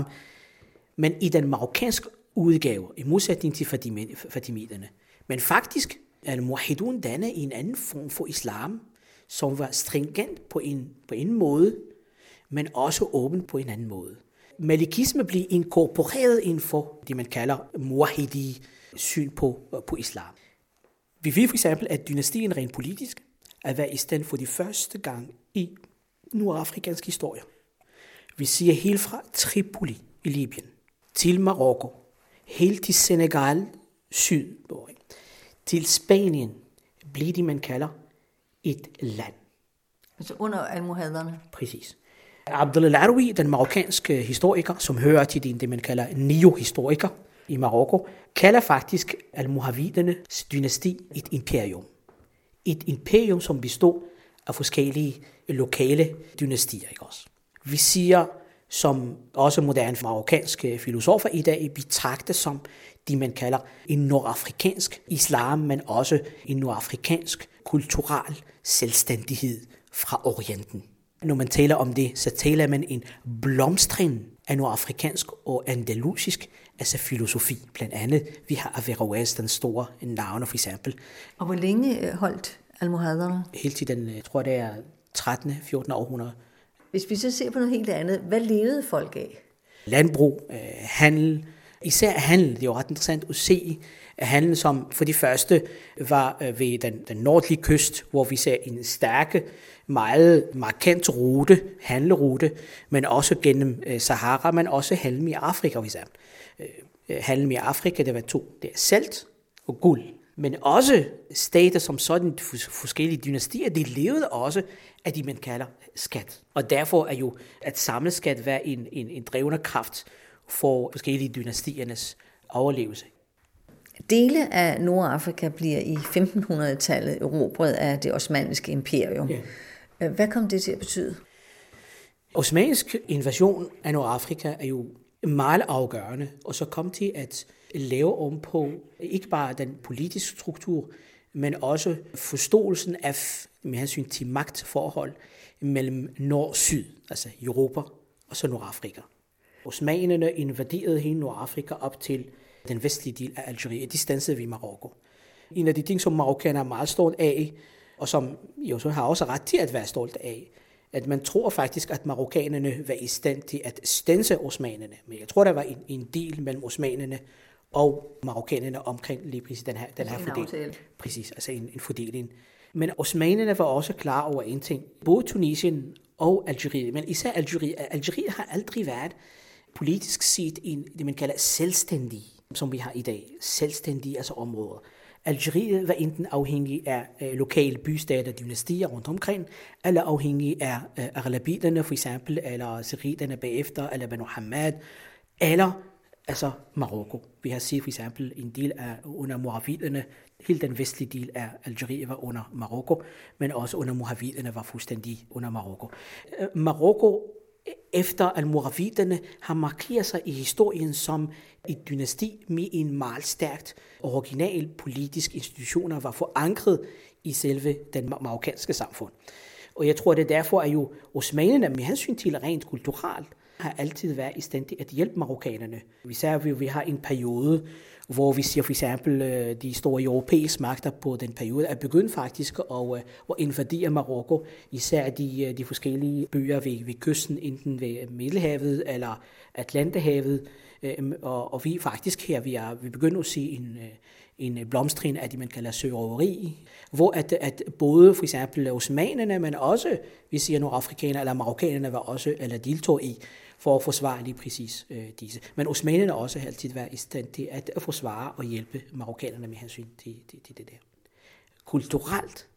men i den marokkanske udgave, i modsætning til Fatimiderne. Men faktisk, al-Muwahhidun danne en anden form for islam, som var stringent på en, på en måde, men også åben på en anden måde. Malikisme blev inkorporeret inden for det, man kalder muwahhidi syn på, på islam. Vi ved for eksempel, at dynastien rent politisk at være i stand for de første gang i nordafrikansk historie. Vi siger helt fra Tripoli i Libyen til Marokko, helt til Senegal, syd, til Spanien, blev det, man kalder et land. Altså under almohaderne? Præcis. Abdel al-Arawi, den marokkanske historiker, som hører til det, det man kalder neohistoriker i Marokko, kalder faktisk almohavidernes dynasti et imperium. Et imperium, som bestod af forskellige lokale dynastier. Ikke også? Vi siger, som også moderne marokkanske filosofer i dag betragter som det, man kalder en nordafrikansk islam, men også en nordafrikansk kulturel selvstændighed fra Orienten. Når man taler om det, så taler man en blomstring af nordafrikansk og andalusisk, altså filosofi. Blandt andet, vi har Averroes, den store navne for eksempel. Og hvor længe holdt almohaderne? Helt til den, jeg tror det er trettende fjortende århundrede. Hvis vi så ser på noget helt andet, hvad levede folk af? Landbrug, øh, handel, især handel, det er jo ret interessant at se, handel som for de første var øh, ved den, den nordlige kyst, hvor vi ser en stærke, meget markant rute, handlerute, men også gennem øh, Sahara, men også handel i Afrika, for eksempel. Øh, handel i Afrika, det var to, det er salt og guld. Men også stater som sådan forskellige dynastier, de levede også af det, man kalder skat. Og derfor er jo at samle skat være en, en, en drevende kraft for forskellige dynastiernes overlevelse. Dele af Nordafrika bliver i femtenhundredetallet erobret af det osmanniske imperium. Ja. Hvad kom det til at betyde? Osmannisk invasion af Nordafrika er jo meget afgørende, og så kom til at lave om på ikke bare den politiske struktur, men også forståelsen af med hensyn til magtforhold mellem nord og syd, altså Europa og så Nordafrika. Osmanerne invaderede hele Nordafrika op til den vestlige del af Algeriet, de stansede ved Marokko. En af de ting, som marokkanere er meget stolt af, og som jo så har også ret til at være stolt af, at man tror faktisk, at marokkanerne var i stand til at standse osmanerne. Men jeg tror, der var en, en del mellem osmanerne og marokkanerne omkring lige præcis den her, den her fordeling. Præcis, altså en, en fordeling. Men osmanerne var også klar over en ting. Både Tunesien og Algeriet, men især Algeriet. Algeriet har aldrig været politisk set en, det man kalder selvstændig, som vi har i dag. Selvstændige, altså områder. Algeriet var enten afhængig af øh, lokale bystater, dynastier rundt omkring, eller afhængig af øh, arabiderne for eksempel, eller seriderne bagefter, eller Banu Hamad, eller altså Marokko. Vi har set for eksempel en del af under Muawiderne, hele den vestlige del af Algeriet var under Marokko, men også under Muawiderne var fuldstændig under Marokko. Øh, Marokko efter al-Muawiderne har markeret sig i historien som et dynasti med en meget stærkt original politisk institutioner, var forankret i selve den marokkanske samfund. Og jeg tror, det derfor er jo osmanerne med hensyn til rent kulturelt, har altid været i stand til at hjælpe marokkanerne. Vi ser, at vi har en periode, hvor vi siger for eksempel, de store europæiske magter på den periode er begyndt faktisk at, at invadere Marokko, især de, de forskellige byer ved, ved kysten, enten ved Middelhavet eller Atlanterhavet. Og, og vi faktisk her, vi, er, vi begynder at se en, en blomstring af det, man kalder sørøveri, hvor at, at både for eksempel osmanerne, men også, vi siger nordafrikanere eller marokkanerne, var også, eller deltog i, for at forsvare lige præcis øh, disse. Men osmanerne også har altid været i stand til at forsvare og hjælpe marokkanerne med hensyn til, til, til det der. Kulturelt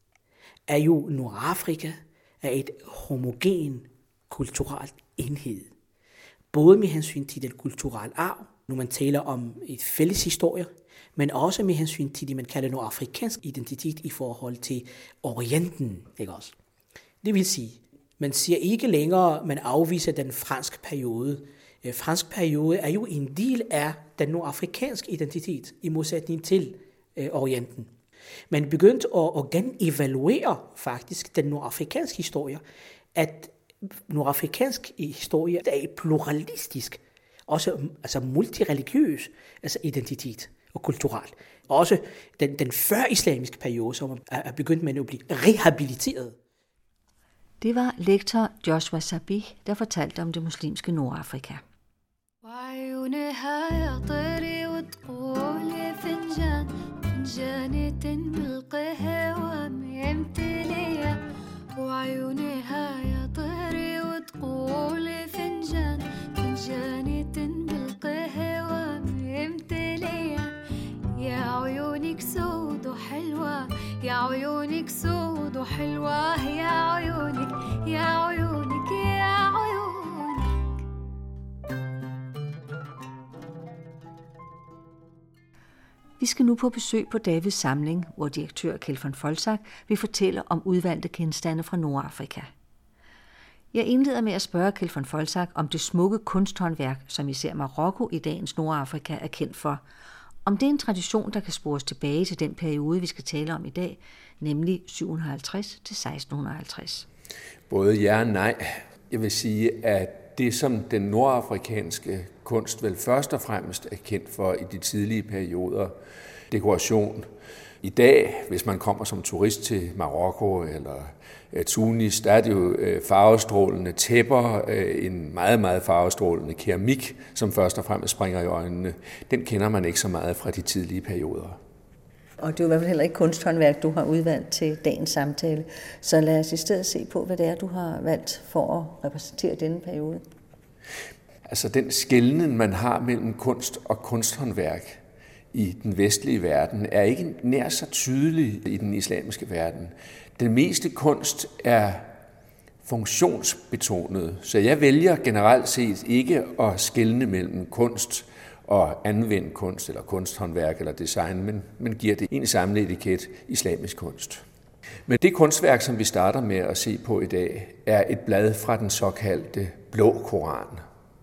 er jo Nordafrika er et homogen kulturelt enhed. Både med hensyn til den kulturelle arv, når man taler om et fælles historie, men også med hensyn til det, man kalder nordafrikansk identitet i forhold til Orienten. Ikke også? Det vil sige, man siger ikke længere, man afviser den franske periode. Fransk periode er jo en del af den nordafrikanske identitet, i modsætning til øh, Orienten. Man begyndte at, at genevaluere faktisk den nordafrikanske historie, at nordafrikansk historie er pluralistisk, også altså multireligiøs altså identitet. og kulturelt. Også den, den før-islamiske periode, som er begyndt med at blive rehabiliteret. Det var lektor Joshua Sabih, der fortalte om det muslimske Nordafrika. عيونك سود وحلوة يا عيونك سود وحلوة يا عيونك يا عيونك يا عيونك. Vi skal nu på besøg på Davids samling, hvor direktør Kjeld von Folsak vil fortælle om udvalgte genstande fra Nordafrika. Jeg indleder med at spørge Kjeld von Folsak om det smukke kunsthåndværk, som især Marokko i dagens Nordafrika er kendt for. Om det er en tradition, der kan spores tilbage til den periode, vi skal tale om i dag, nemlig syv hundrede og halvtreds til seksten halvtreds. Både ja og nej. Jeg vil sige, at det, som den nordafrikanske kunst vel først og fremmest er kendt for i de tidlige perioder, dekoration. I dag, hvis man kommer som turist til Marokko eller Tunis, der er det jo farvestrålende tæpper, en meget, meget farvestrålende keramik, som først og fremmest springer i øjnene. Den kender man ikke så meget fra de tidlige perioder. Og det er jo i hvert fald heller ikke kunsthåndværk, du har udvalgt til dagens samtale. Så lad os i stedet se på, hvad det er, du har valgt for at repræsentere denne periode. Altså den skelnen, man har mellem kunst og kunsthåndværk i den vestlige verden, er ikke nær så tydelig i den islamiske verden. Den meste kunst er funktionsbetonet, så jeg vælger generelt set ikke at skelne mellem kunst og anvendt kunst, eller kunsthåndværk eller design, men, men giver det en samlet etiket islamisk kunst. Men det kunstværk, som vi starter med at se på i dag, er et blad fra den såkaldte Blå Koran.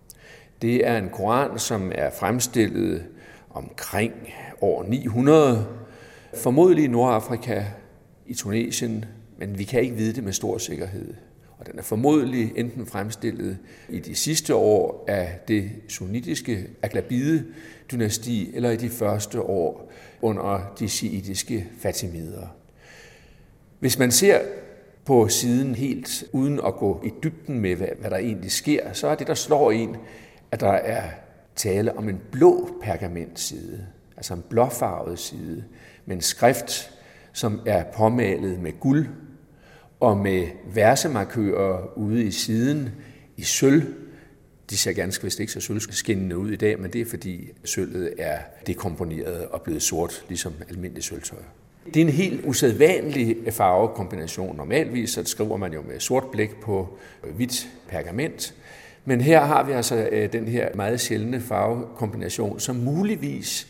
Det er en koran, som er fremstillet omkring år ni hundrede, formodentlig i Nordafrika, i Tunesien, men vi kan ikke vide det med stor sikkerhed. Og den er formodentlig enten fremstillet i de sidste år af det sunnitiske Aghlabide-dynasti, eller i de første år under de shiitiske Fatimider. Hvis man ser på siden helt uden at gå i dybden med, hvad, hvad der egentlig sker, så er det, der slår en, at der er tale om en blå pergamentside, altså en blåfarvet side, med en skrift, som er påmalet med guld og med versemarkører ude i siden i sølv. De ser ganske vist ikke så sølvskinnende ud i dag, men det er fordi sølvet er dekomponeret og blevet sort, ligesom almindelig sølvtøj. Det er en helt usædvanlig farvekombination. Normalvis så skriver man jo med sort blæk på hvidt pergament, men her har vi altså den her meget sjældne farvekombination, som muligvis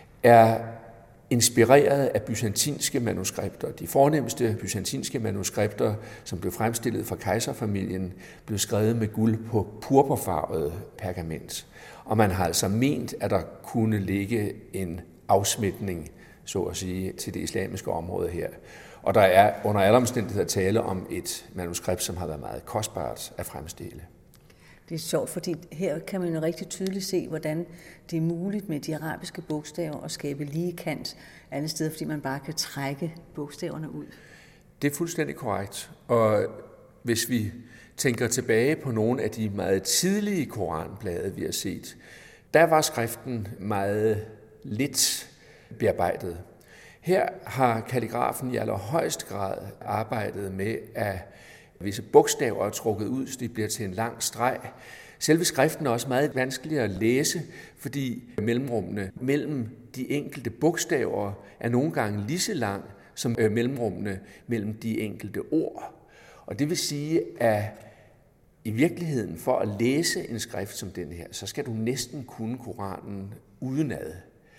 er inspireret af byzantinske manuskripter. De fornemmeste byzantinske manuskripter, som blev fremstillet fra kejserfamilien, blev skrevet med guld på purpurfarvet pergament. Og man har altså ment, at der kunne ligge en afsmitning, så at sige, til det islamiske område her. Og der er under alle omstændigheder tale om et manuskript, som har været meget kostbart at fremstille. Det er sjovt, fordi her kan man jo rigtig tydeligt se, hvordan det er muligt med de arabiske bogstaver at skabe lige kant alle steder, fordi man bare kan trække bogstaverne ud. Det er fuldstændig korrekt. Og hvis vi tænker tilbage på nogle af de meget tidlige koranblade, vi har set, der var skriften meget lidt bearbejdet. Her har kalligrafen i allerhøjeste grad arbejdet med at visse bogstaver er trukket ud, så de bliver til en lang streg. Selve skriften er også meget vanskeligere at læse, fordi mellemrummene mellem de enkelte bogstaver er nogle gange lige så lang som mellemrummene mellem de enkelte ord. Og det vil sige, at i virkeligheden for at læse en skrift som den her, så skal du næsten kunne Koranen udenad.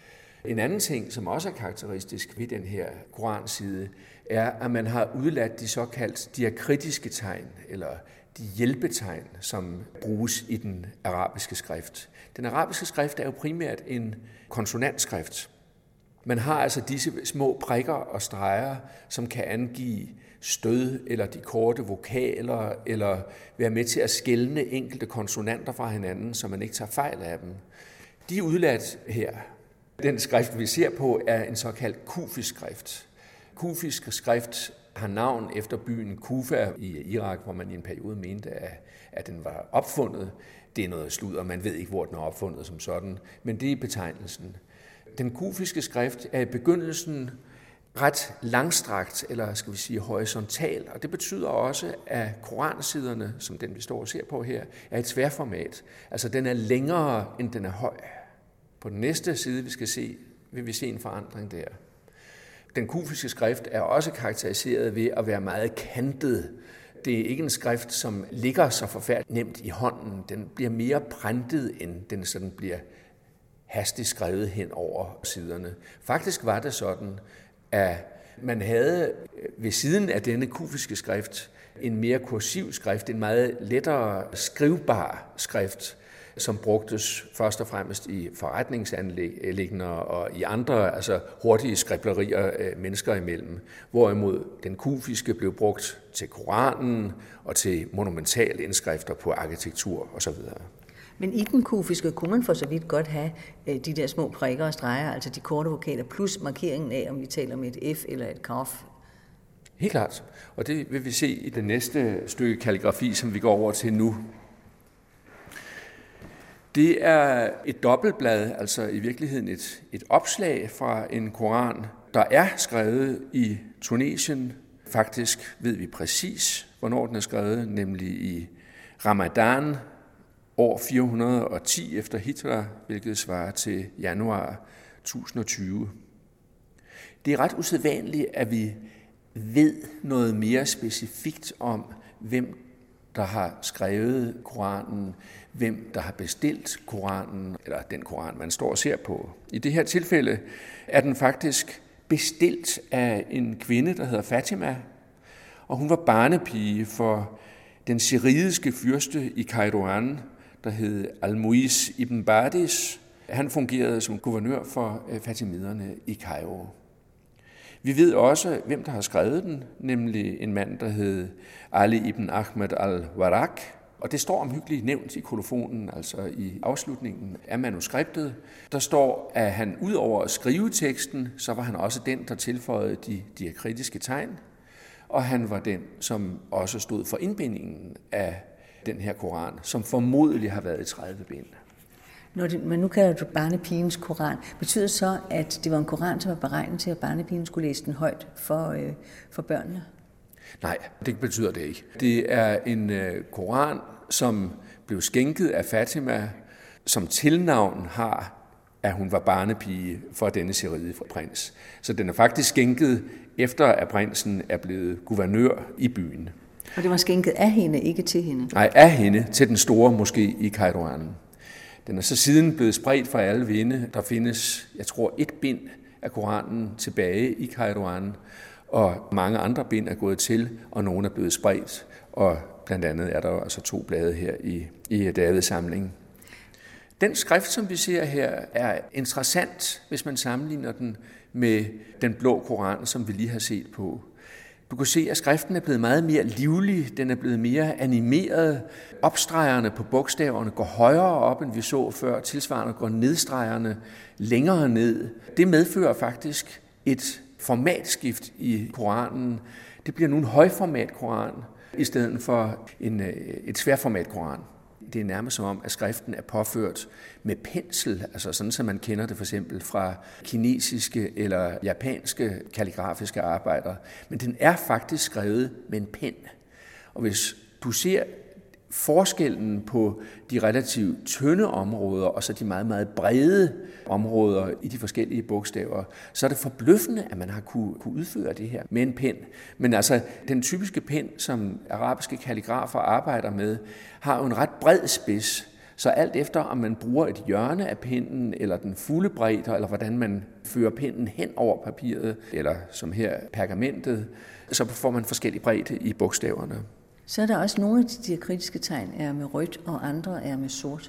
En anden ting, som også er karakteristisk ved den her koranside, er, at man har udladt de såkaldt diakritiske tegn, eller de hjælpetegn, som bruges i den arabiske skrift. Den arabiske skrift er jo primært en konsonantskrift. Man har altså disse små prikker og streger, som kan angive stød eller de korte vokaler, eller være med til at skelne enkelte konsonanter fra hinanden, så man ikke tager fejl af dem. De er udladt her. Den skrift, vi ser på, er en såkaldt kufisk skrift. Kufisk skrift har navn efter byen Kufa i Irak, hvor man i en periode mente, at den var opfundet. Det er noget sludder, man ved ikke, hvor den er opfundet som sådan, men det er betegnelsen. Den kufiske skrift er i begyndelsen ret langstrakt, eller skal vi sige horisontal, og det betyder også, at koransiderne, som den vi står og ser på her, er et tværformat. Altså den er længere, end den er høj. På den næste side, vi skal se, vil vi se en forandring der. Den kufiske skrift er også karakteriseret ved at være meget kantet. Det er ikke en skrift, som ligger så forfærdeligt nemt i hånden. Den bliver mere printet, end den sådan bliver hastigt skrevet hen over siderne. Faktisk var det sådan, at man havde ved siden af denne kufiske skrift en mere kursiv skrift, en meget lettere skrivbar skrift, som brugtes først og fremmest i forretningsanliggender og i andre altså hurtige skriblerier mennesker imellem, hvorimod den kufiske blev brugt til Koranen og til monumentale indskrifter på arkitektur osv. Men i den kufiske kunne man for så vidt godt have de der små prikker og streger, altså de korte vokaler, plus markeringen af, om vi taler med et F eller et kaf. Helt klart, og det vil vi se i det næste stykke kalligrafi, som vi går over til nu. Det er et dobbeltblad, altså i virkeligheden et, et opslag fra en koran, der er skrevet i Tunesien. Faktisk ved vi præcis, hvornår den er skrevet, nemlig i Ramadan, år fire hundrede og ti efter Hijra, hvilket svarer til januar tusind og tyve. Det er ret usædvanligt, at vi ved noget mere specifikt om, hvem der har skrevet Koranen, hvem der har bestilt Koranen, eller den Koran, man står og ser på. I det her tilfælde er den faktisk bestilt af en kvinde, der hedder Fatima, og hun var barnepige for den syriske fyrste i Kairouan, der hed Al-Muiz ibn Badis. Han fungerede som guvernør for fatimiderne i Kairo. Vi ved også, hvem der har skrevet den, nemlig en mand, der hed Ali ibn Ahmed al-Warraq. Og det står omhyggeligt nævnt i kolofonen, altså i afslutningen af manuskriptet. Der står, at han ud over at skrive teksten, så var han også den, der tilføjede de diakritiske tegn. Og han var den, som også stod for indbindingen af den her koran, som formodentlig har været i tredive bind. Når det, men nu kalder du barnepigens koran, betyder så, at det var en koran, som var beregnet til, at barnepigen skulle læse den højt for, øh, for børnene? Nej, det betyder det ikke. Det er en øh, koran, som blev skænket af Fatima, som tilnavn har, at hun var barnepige for denne syriske prins. Så den er faktisk skænket efter, at prinsen er blevet guvernør i byen. Og det var skænket af hende, ikke til hende? Nej, af hende til den store moské i Kairouan. Den er så siden blevet spredt fra alle vinde. Der findes, jeg tror, et bind af Koranen tilbage i Kairouan, og mange andre bind er gået til, og nogle er blevet spredt. Og blandt andet er der altså to blade her i, i Davids samling. Den skrift, som vi ser her, er interessant, hvis man sammenligner den med den blå koran, som vi lige har set på. Du kan se, at skriften er blevet meget mere livlig, den er blevet mere animeret. Opstregerne på bogstaverne går højere op, end vi så før. Tilsvarende går nedstregerne længere ned. Det medfører faktisk et formatskift i Koranen. Det bliver nu en højformat Koran, i stedet for en, et sværformat Koran. Det er nærmest som om, at skriften er påført med pensel, altså sådan, som man kender det for eksempel fra kinesiske eller japanske kalligrafiske arbejder. Men den er faktisk skrevet med en pen. Og hvis du ser forskellen på de relativt tynde områder og så de meget, meget brede områder i de forskellige bogstaver, så er det forbløffende, at man har kunne, kunne udføre det her med en pen. Men altså, den typiske pen, som arabiske kalligrafer arbejder med, har jo en ret bred spids. Så alt efter, om man bruger et hjørne af pennen, eller den fulde bredde, eller hvordan man fører pennen hen over papiret, eller som her pergamentet, så får man forskellig bredde i bogstaverne. Så er der også nogle af de kritiske tegn er med rødt, og andre er med sort.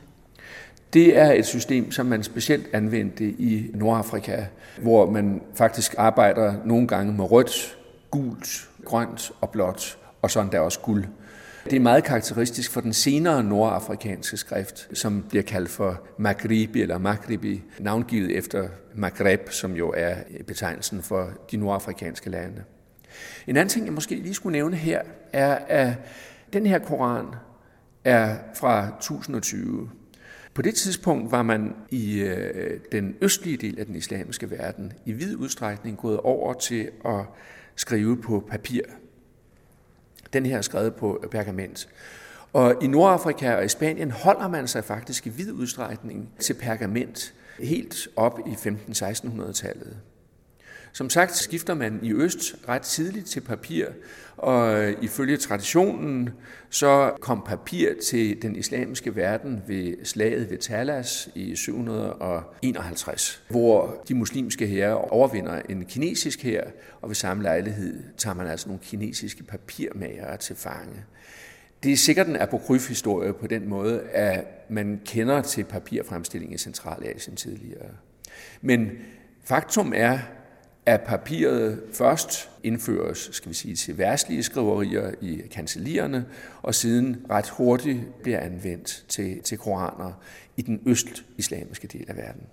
Det er et system, som man specielt anvendte i Nordafrika, hvor man faktisk arbejder nogle gange med rødt, gult, grønt og blåt, og sådan der også guld. Det er meget karakteristisk for den senere nordafrikanske skrift, som bliver kaldt for Maghribi eller Maghribi, navngivet efter Maghreb, som jo er betegnelsen for de nordafrikanske lande. En anden ting, jeg måske lige skulle nævne her, er, at den her koran er fra tusind og tyve. På det tidspunkt var man i øh, den østlige del af den islamiske verden i vid udstrækning gået over til at skrive på papir. Den her er skrevet på pergament. Og i Nordafrika og i Spanien holder man sig faktisk i vid udstrækning til pergament helt op i femten-seksten hundrede-tallet. Som sagt skifter man i øst ret tidligt til papir, og ifølge traditionen så kom papir til den islamiske verden ved slaget ved Talas i syv hundrede og enoghalvtreds, hvor de muslimske hære overvinder en kinesisk hær, og ved samme lejlighed tager man altså nogle kinesiske papirmagere til fange. Det er sikkert en apokryf-historie på den måde, at man kender til papirfremstilling i Centralasien tidligere. Men faktum er, at papiret først indføres, skal vi sige, til verdslige skriverier i kancellierne, og siden ret hurtigt bliver anvendt til, til koraner i den øst-islamiske del af verden.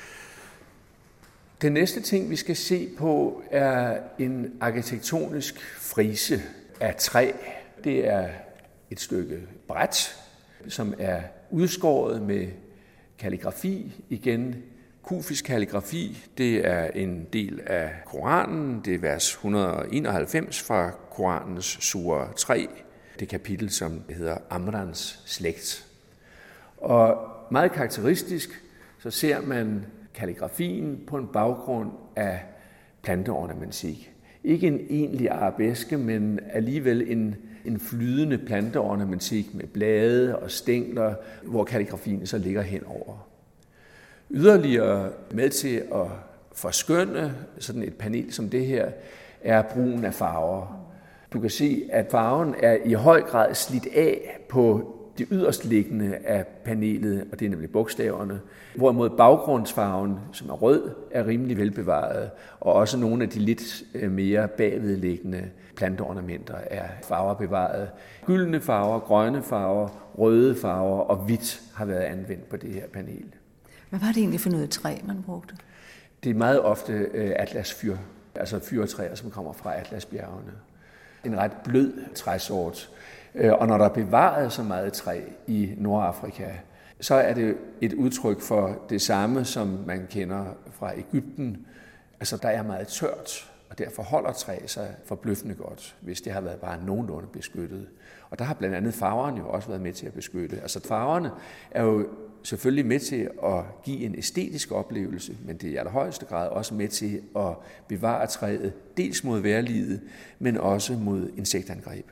Den næste ting, vi skal se på, er en arkitektonisk frise af træ. Det er et stykke bræt, som er udskåret med kalligrafi igen. Kufisk kalligrafi, det er en del af Koranen, det er vers et hundrede og enoghalvfems fra Koranens sura tre, det kapitel, som hedder Amrans slægt. Og meget karakteristisk, så ser man kalligrafien på en baggrund af planteornamentik. Ikke en egentlig arabeske, men alligevel en, en flydende planteornamentik med blade og stængler, hvor kalligrafien så ligger henover. Yderligere med til at forskønne sådan et panel som det her, er brugen af farver. Du kan se, at farven er i høj grad slidt af på det yderst liggende af panelet, og det er nemlig bogstaverne, hvorimod baggrundsfarven, som er rød, er rimelig velbevaret, og også nogle af de lidt mere bagvedliggende planteornamenter er farver bevaret. Gyldne farver, grønne farver, røde farver og hvidt har været anvendt på det her panel. Hvad var det egentlig for noget træ, man brugte? Det er meget ofte atlasfyr, altså fyrretræer, som kommer fra Atlasbjergene. En ret blød træsort. Og når der er bevaret så meget træ i Nordafrika, så er det et udtryk for det samme, som man kender fra Egypten. Altså, der er meget tørt, og derfor holder træ sig forbløffende godt, hvis det har været bare nogenlunde beskyttet. Og der har blandt andet farverne jo også været med til at beskytte. Altså, farverne er jo selvfølgelig med til at give en æstetisk oplevelse, men det er i allerhøjeste grad også med til at bevare træet, dels mod vejrliget, men også mod insektangreb.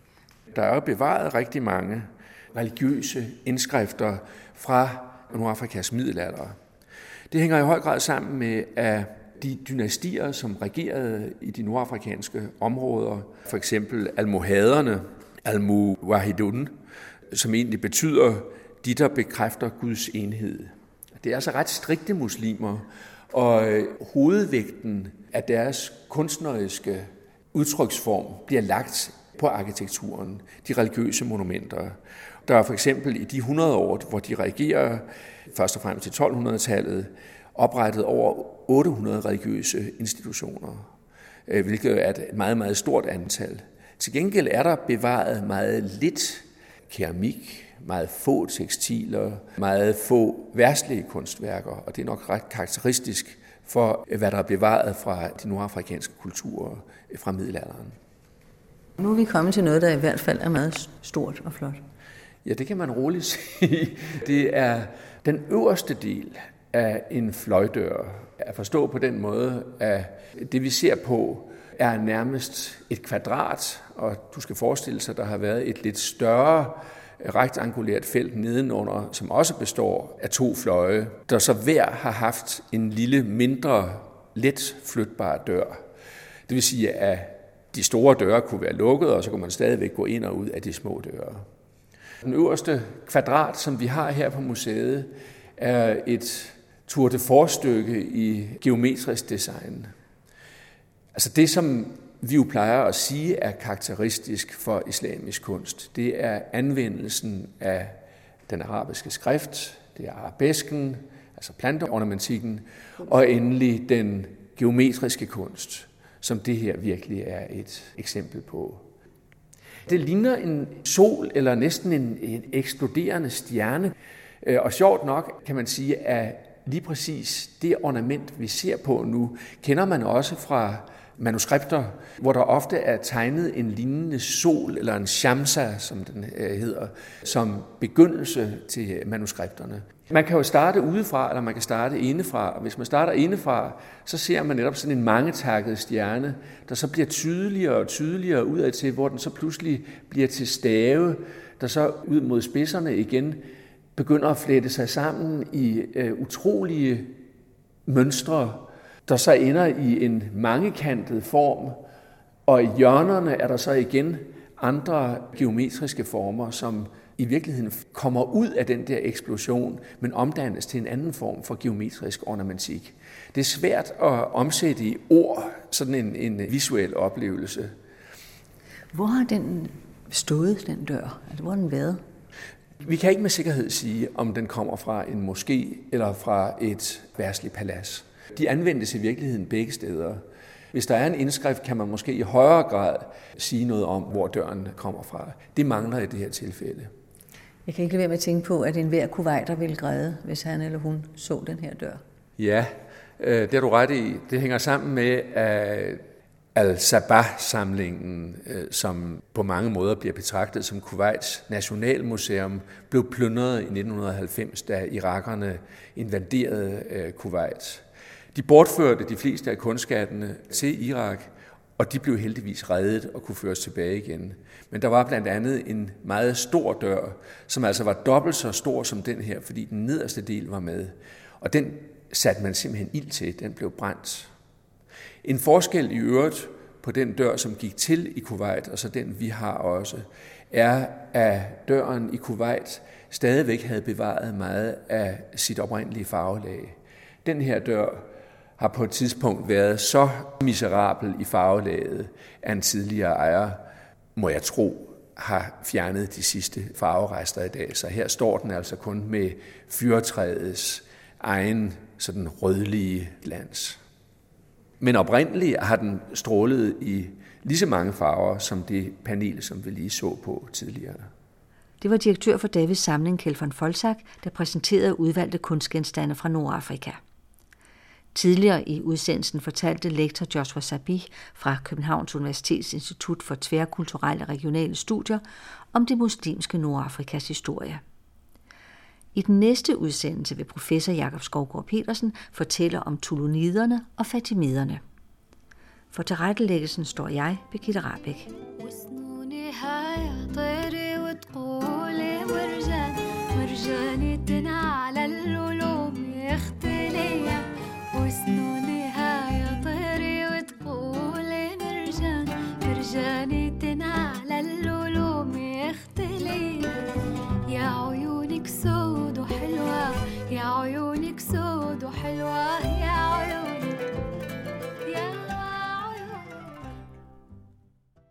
Der er jo bevaret rigtig mange religiøse indskrifter fra Nordafrikas middelalder. Det hænger i høj grad sammen med, at de dynastier, som regerede i de nordafrikanske områder, for eksempel almohaderne, almuwahidun, som egentlig betyder de, der bekræfter Guds enhed. Det er altså ret strikte muslimer, og hovedvægten af deres kunstneriske udtryksform bliver lagt på arkitekturen, de religiøse monumenter. Der er for eksempel i de hundrede år, hvor de regerer, først og fremmest til tolv hundrede-tallet, oprettet over otte hundrede religiøse institutioner, hvilket er et meget, meget stort antal. Til gengæld er der bevaret meget lidt keramik, meget få tekstiler, meget få verdslige kunstværker, og det er nok ret karakteristisk for, hvad der er bevaret fra de nordafrikanske kulturer fra middelalderen. Nu er vi kommet til noget, der i hvert fald er meget stort og flot. Ja, det kan man roligt sige. Det er den øverste del af en fløjdør. At forstå på den måde, at det vi ser på er nærmest et kvadrat, og du skal forestille sig, at der har været et lidt større rektangulært felt nedenunder, som også består af to fløje, der så hver har haft en lille, mindre, let flytbar dør. Det vil sige, at de store døre kunne være lukket, og så kunne man stadigvæk gå ind og ud af de små døre. Den øverste kvadrat, som vi har her på museet, er et tour de force-stykke i geometrisk design. Altså det, som vi jo plejer at sige er karakteristisk for islamisk kunst, det er anvendelsen af den arabiske skrift, det er arabesken, altså planteornamentikken, og endelig den geometriske kunst, som det her virkelig er et eksempel på. Det ligner en sol eller næsten en, en eksploderende stjerne, og sjovt nok kan man sige, at lige præcis det ornament, vi ser på nu, kender man også fra manuskripter, hvor der ofte er tegnet en lignende sol, eller en shamsa, som den hedder, som begyndelse til manuskripterne. Man kan jo starte udefra, eller man kan starte indefra. Hvis man starter indefra, så ser man netop sådan en mangetakket stjerne, der så bliver tydeligere og tydeligere udad til, hvor den så pludselig bliver til stave, der så ud mod spidserne igen begynder at flette sig sammen i øh, utrolige mønstre, der så ender i en mangekantet form, og i hjørnerne er der så igen andre geometriske former, som i virkeligheden kommer ud af den der eksplosion, men omdannes til en anden form for geometrisk ornamentik. Det er svært at omsætte i ord, sådan en, en visuel oplevelse. Hvor har den stået, den dør? Altså, hvor har den været? Vi kan ikke med sikkerhed sige, om den kommer fra en moské eller fra et verdsligt palads. De anvendes i virkeligheden begge steder. Hvis der er en indskrift, kan man måske i højere grad sige noget om, hvor døren kommer fra. Det mangler i det her tilfælde. Jeg kan ikke lade være med at tænke på, at enhver kuwaiter ville græde, hvis han eller hun så den her dør. Ja, det har du ret i. Det hænger sammen med, at Al-Sabah-samlingen, som på mange måder bliver betragtet som Kuwaits nationalmuseum, blev plyndret i nitten halvfems, da irakerne invaderede Kuwait. De bortførte de fleste af kunstskattene til Irak, og de blev heldigvis reddet og kunne føres tilbage igen. Men der var blandt andet en meget stor dør, som altså var dobbelt så stor som den her, fordi den nederste del var med. Og den satte man simpelthen ild til, den blev brændt. En forskel i øvrigt på den dør, som gik til i Kuwait, og så den, vi har også, er, at døren i Kuwait stadigvæk havde bevaret meget af sit oprindelige farvelag. Den her dør har på et tidspunkt været så miserabel i farvelaget, at en tidligere ejer, må jeg tro, har fjernet de sidste farverester i dag. Så her står den altså kun med fyrretræets egen sådan rødlige glans. Men oprindeligt har den strålet i lige så mange farver som det panel, som vi lige så på tidligere. Det var direktør for Davids samling, Kjeld von Folsak, der præsenterede udvalgte kunstgenstande fra Nordafrika. Tidligere i udsendelsen fortalte lektor Joshua Sabih fra Københavns Universitets Institut for Tværkulturelle Regionale Studier om det muslimske Nordafrikas historie. I den næste udsendelse vil professor Jakob Skovgaard Petersen fortælle om tuluniderne og fatimiderne. For tilrettelæggelsen står jeg, Birgitte Rahbek. سود وحلوة يا عيونك سود وحلوة يا عيونك